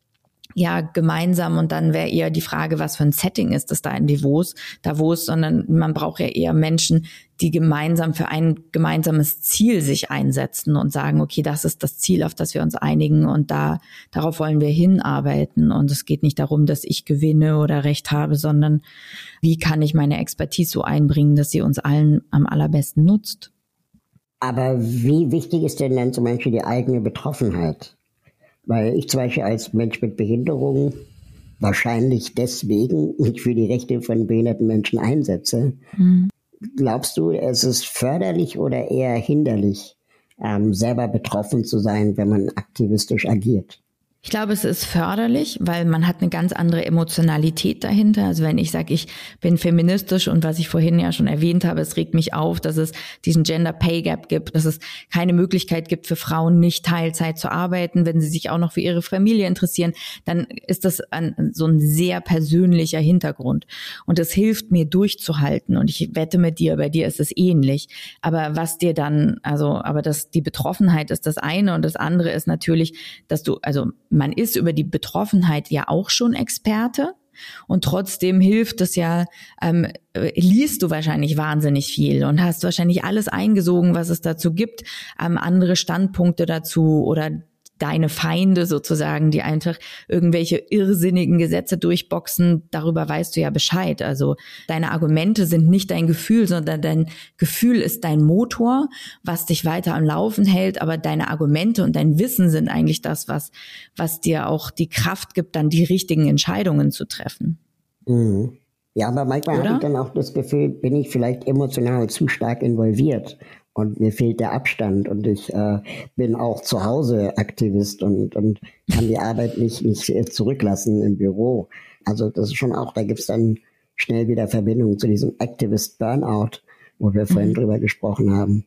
ja gemeinsam, und dann wäre eher die Frage, was für ein Setting ist das da in Davos, Davos, sondern man braucht ja eher Menschen, die gemeinsam für ein gemeinsames Ziel sich einsetzen und sagen, okay, das ist das Ziel, auf das wir uns einigen und da darauf wollen wir hinarbeiten. Und es geht nicht darum, dass ich gewinne oder Recht habe, sondern wie kann ich meine Expertise so einbringen, dass sie uns allen am allerbesten nutzt. Aber wie wichtig ist denn dann zum Beispiel die eigene Betroffenheit? Weil ich zum Beispiel als Mensch mit Behinderung wahrscheinlich deswegen mich für die Rechte von behinderten Menschen einsetze. Mhm. Glaubst du, es ist förderlich oder eher hinderlich, ähm, selber betroffen zu sein, wenn man aktivistisch agiert? Ich glaube, es ist förderlich, weil man hat eine ganz andere Emotionalität dahinter. Also wenn ich sage, ich bin feministisch und was ich vorhin ja schon erwähnt habe, es regt mich auf, dass es diesen Gender Pay Gap gibt, dass es keine Möglichkeit gibt für Frauen, nicht Teilzeit zu arbeiten, wenn sie sich auch noch für ihre Familie interessieren, dann ist das ein, so ein sehr persönlicher Hintergrund. Und es hilft mir durchzuhalten. Und ich wette mit dir, bei dir ist es ähnlich. Aber was dir dann, also, aber das, die Betroffenheit ist das eine und das andere ist natürlich, dass du, also man ist über die Betroffenheit ja auch schon Experte und trotzdem hilft es ja, ähm, liest du wahrscheinlich wahnsinnig viel und hast wahrscheinlich alles eingesogen, was es dazu gibt, ähm, andere Standpunkte dazu oder deine Feinde sozusagen, die einfach irgendwelche irrsinnigen Gesetze durchboxen, darüber weißt du ja Bescheid. Also deine Argumente sind nicht dein Gefühl, sondern dein Gefühl ist dein Motor, was dich weiter am Laufen hält, aber deine Argumente und dein Wissen sind eigentlich das, was, was dir auch die Kraft gibt, dann die richtigen Entscheidungen zu treffen. Mhm. Ja, aber manchmal habe ich dann auch das Gefühl, bin ich vielleicht emotional zu stark involviert. Und mir fehlt der Abstand und ich äh, bin auch zu Hause Aktivist und, und kann die Arbeit nicht, nicht zurücklassen im Büro. Also das ist schon auch, da gibt's dann schnell wieder Verbindungen zu diesem Activist Burnout, wo wir vorhin mhm. drüber gesprochen haben.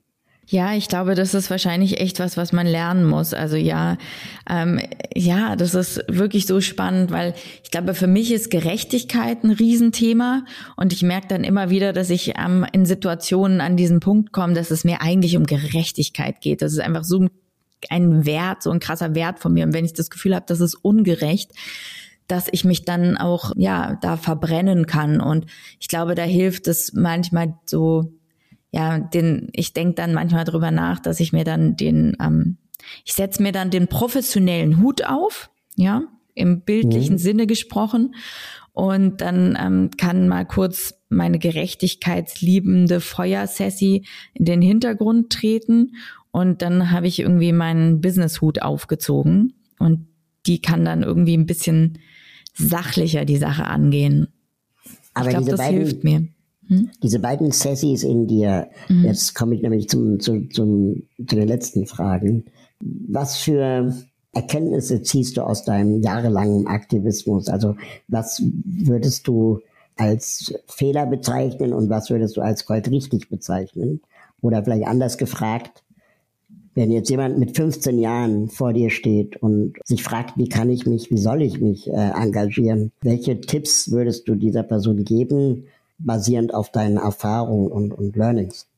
Ja, ich glaube, das ist wahrscheinlich echt was, was man lernen muss. Also ja, ähm, ja, das ist wirklich so spannend, weil ich glaube, für mich ist Gerechtigkeit ein Riesenthema und ich merke dann immer wieder, dass ich ähm, in Situationen an diesen Punkt komme, dass es mir eigentlich um Gerechtigkeit geht. Das ist einfach so ein, ein Wert, so ein krasser Wert von mir. Und wenn ich das Gefühl habe, das ist ungerecht, dass ich mich dann auch ja da verbrennen kann. Und ich glaube, da hilft es manchmal so. Ja, den, ich denke dann manchmal drüber nach, dass ich mir dann den, ähm, ich setze mir dann den professionellen Hut auf, ja, im bildlichen mhm. Sinne gesprochen, und dann ähm, kann mal kurz meine gerechtigkeitsliebende Feuersessi in den Hintergrund treten und dann habe ich irgendwie meinen Businesshut aufgezogen und die kann dann irgendwie ein bisschen sachlicher die Sache angehen. Aber ich glaube, das beiden- hilft mir. Hm? Diese beiden Sassis in dir, mhm. jetzt komme ich nämlich zum, zum, zum, zu den letzten Fragen. Was für Erkenntnisse ziehst du aus deinem jahrelangen Aktivismus? Also was würdest du als Fehler bezeichnen und was würdest du als goldrichtig bezeichnen? Oder vielleicht anders gefragt, wenn jetzt jemand mit fünfzehn Jahren vor dir steht und sich fragt, wie kann ich mich, wie soll ich mich äh, engagieren? Welche Tipps würdest du dieser Person geben, basierend auf deinen Erfahrungen und, und Learnings?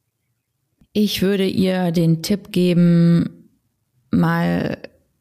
Ich würde ihr den Tipp geben, mal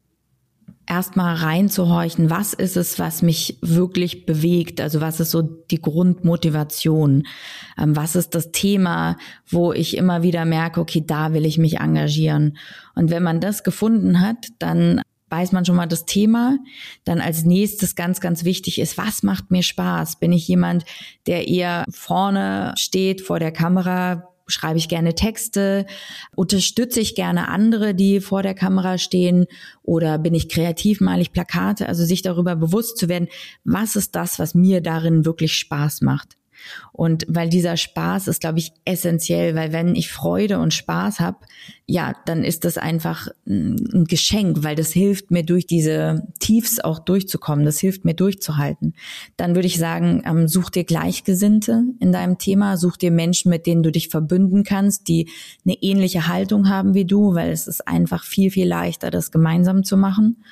erstmal reinzuhorchen, was ist es, was mich wirklich bewegt? Also was ist so die Grundmotivation? Ähm, was ist das Thema, wo ich immer wieder merke, okay, da will ich mich engagieren? Und wenn man das gefunden hat, dann weiß man schon mal das Thema. Dann als nächstes ganz, ganz wichtig ist, was macht mir Spaß? Bin ich jemand, der eher vorne steht vor der Kamera? Schreibe ich gerne Texte? Unterstütze ich gerne andere, die vor der Kamera stehen? Oder bin ich kreativ, male ich Plakate? Also sich darüber bewusst zu werden, was ist das, was mir darin wirklich Spaß macht? Und weil dieser Spaß ist, glaube ich, essentiell, weil wenn ich Freude und Spaß habe, ja, dann ist das einfach ein Geschenk, weil das hilft mir, durch diese Tiefs auch durchzukommen, das hilft mir durchzuhalten. Dann würde ich sagen, ähm, such dir Gleichgesinnte in deinem Thema, such dir Menschen, mit denen du dich verbünden kannst, die eine ähnliche Haltung haben wie du, weil es ist einfach viel, viel leichter, das gemeinsam zu machen.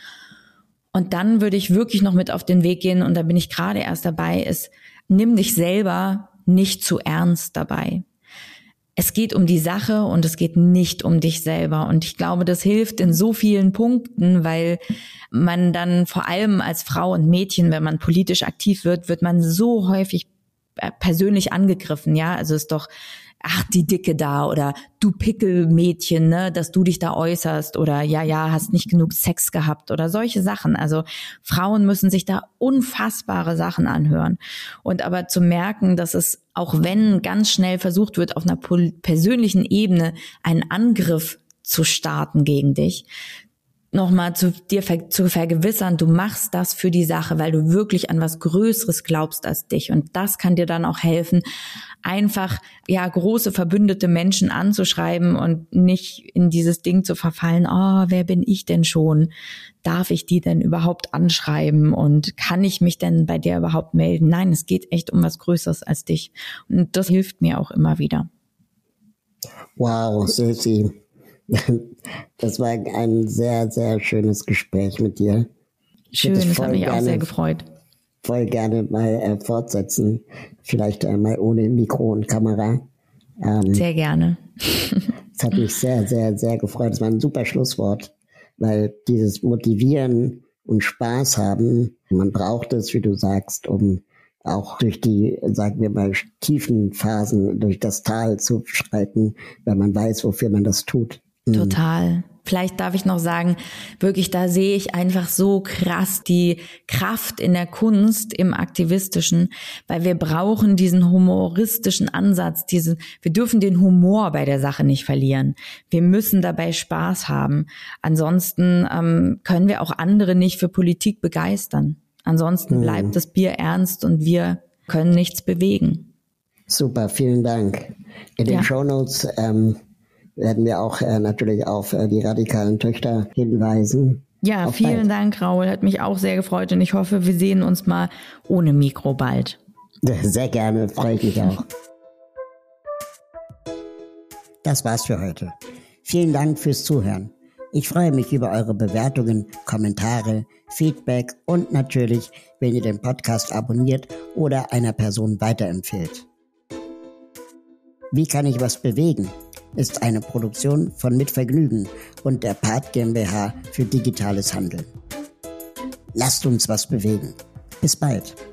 Und dann würde ich wirklich noch mit auf den Weg gehen, und da bin ich gerade erst dabei, ist, nimm dich selber nicht zu ernst dabei. Es geht um die Sache und es geht nicht um dich selber. Und ich glaube, das hilft in so vielen Punkten, weil man dann vor allem als Frau und Mädchen, wenn man politisch aktiv wird, wird man so häufig persönlich angegriffen. Ja, also ist doch, ach, die Dicke da, oder du Pickelmädchen, ne, dass du dich da äußerst, oder ja, ja, hast nicht genug Sex gehabt oder solche Sachen. Also Frauen müssen sich da unfassbare Sachen anhören. Und aber zu merken, dass es, auch wenn ganz schnell versucht wird, auf einer persönlichen Ebene einen Angriff zu starten gegen dich, nochmal zu dir ver- zu vergewissern, du machst das für die Sache, weil du wirklich an was Größeres glaubst als dich. Und das kann dir dann auch helfen, einfach ja große verbündete Menschen anzuschreiben und nicht in dieses Ding zu verfallen, oh, wer bin ich denn schon? Darf ich die denn überhaupt anschreiben? Und kann ich mich denn bei der überhaupt melden? Nein, es geht echt um was Größeres als dich. Und das hilft mir auch immer wieder. Wow, Sissi. Das war ein sehr, sehr schönes Gespräch mit dir. Schön, das hat mich gerne, auch sehr gefreut. Voll gerne mal äh, fortsetzen. Vielleicht äh, mal ohne Mikro und Kamera. Ähm, sehr gerne. Es hat mich sehr, sehr, sehr gefreut. Das war ein super Schlusswort, weil dieses Motivieren und Spaß haben, man braucht es, wie du sagst, um auch durch die, sagen wir mal, tiefen Phasen, durch das Tal zu schreiten, weil man weiß, wofür man das tut. Total. Vielleicht darf ich noch sagen, wirklich, da sehe ich einfach so krass die Kraft in der Kunst, im Aktivistischen, weil wir brauchen diesen humoristischen Ansatz, diesen, wir dürfen den Humor bei der Sache nicht verlieren. Wir müssen dabei Spaß haben. Ansonsten ähm, können wir auch andere nicht für Politik begeistern. Ansonsten bleibt das Bier ernst und wir können nichts bewegen. Super, vielen Dank. In den ja. Shownotes ähm, werden wir auch äh, natürlich auf äh, die radikalen Töchter hinweisen. Ja, auf vielen bald. Dank, Raoul. Hat mich auch sehr gefreut und ich hoffe, wir sehen uns mal ohne Mikro bald. Sehr gerne, freue ich mich auch. Das war's für heute. Vielen Dank fürs Zuhören. Ich freue mich über eure Bewertungen, Kommentare, Feedback und natürlich, wenn ihr den Podcast abonniert oder einer Person weiterempfehlt. Wie kann ich was bewegen? Ist eine Produktion von Mit Vergnügen und der Part GmbH für digitales Handeln. Lasst uns was bewegen. Bis bald.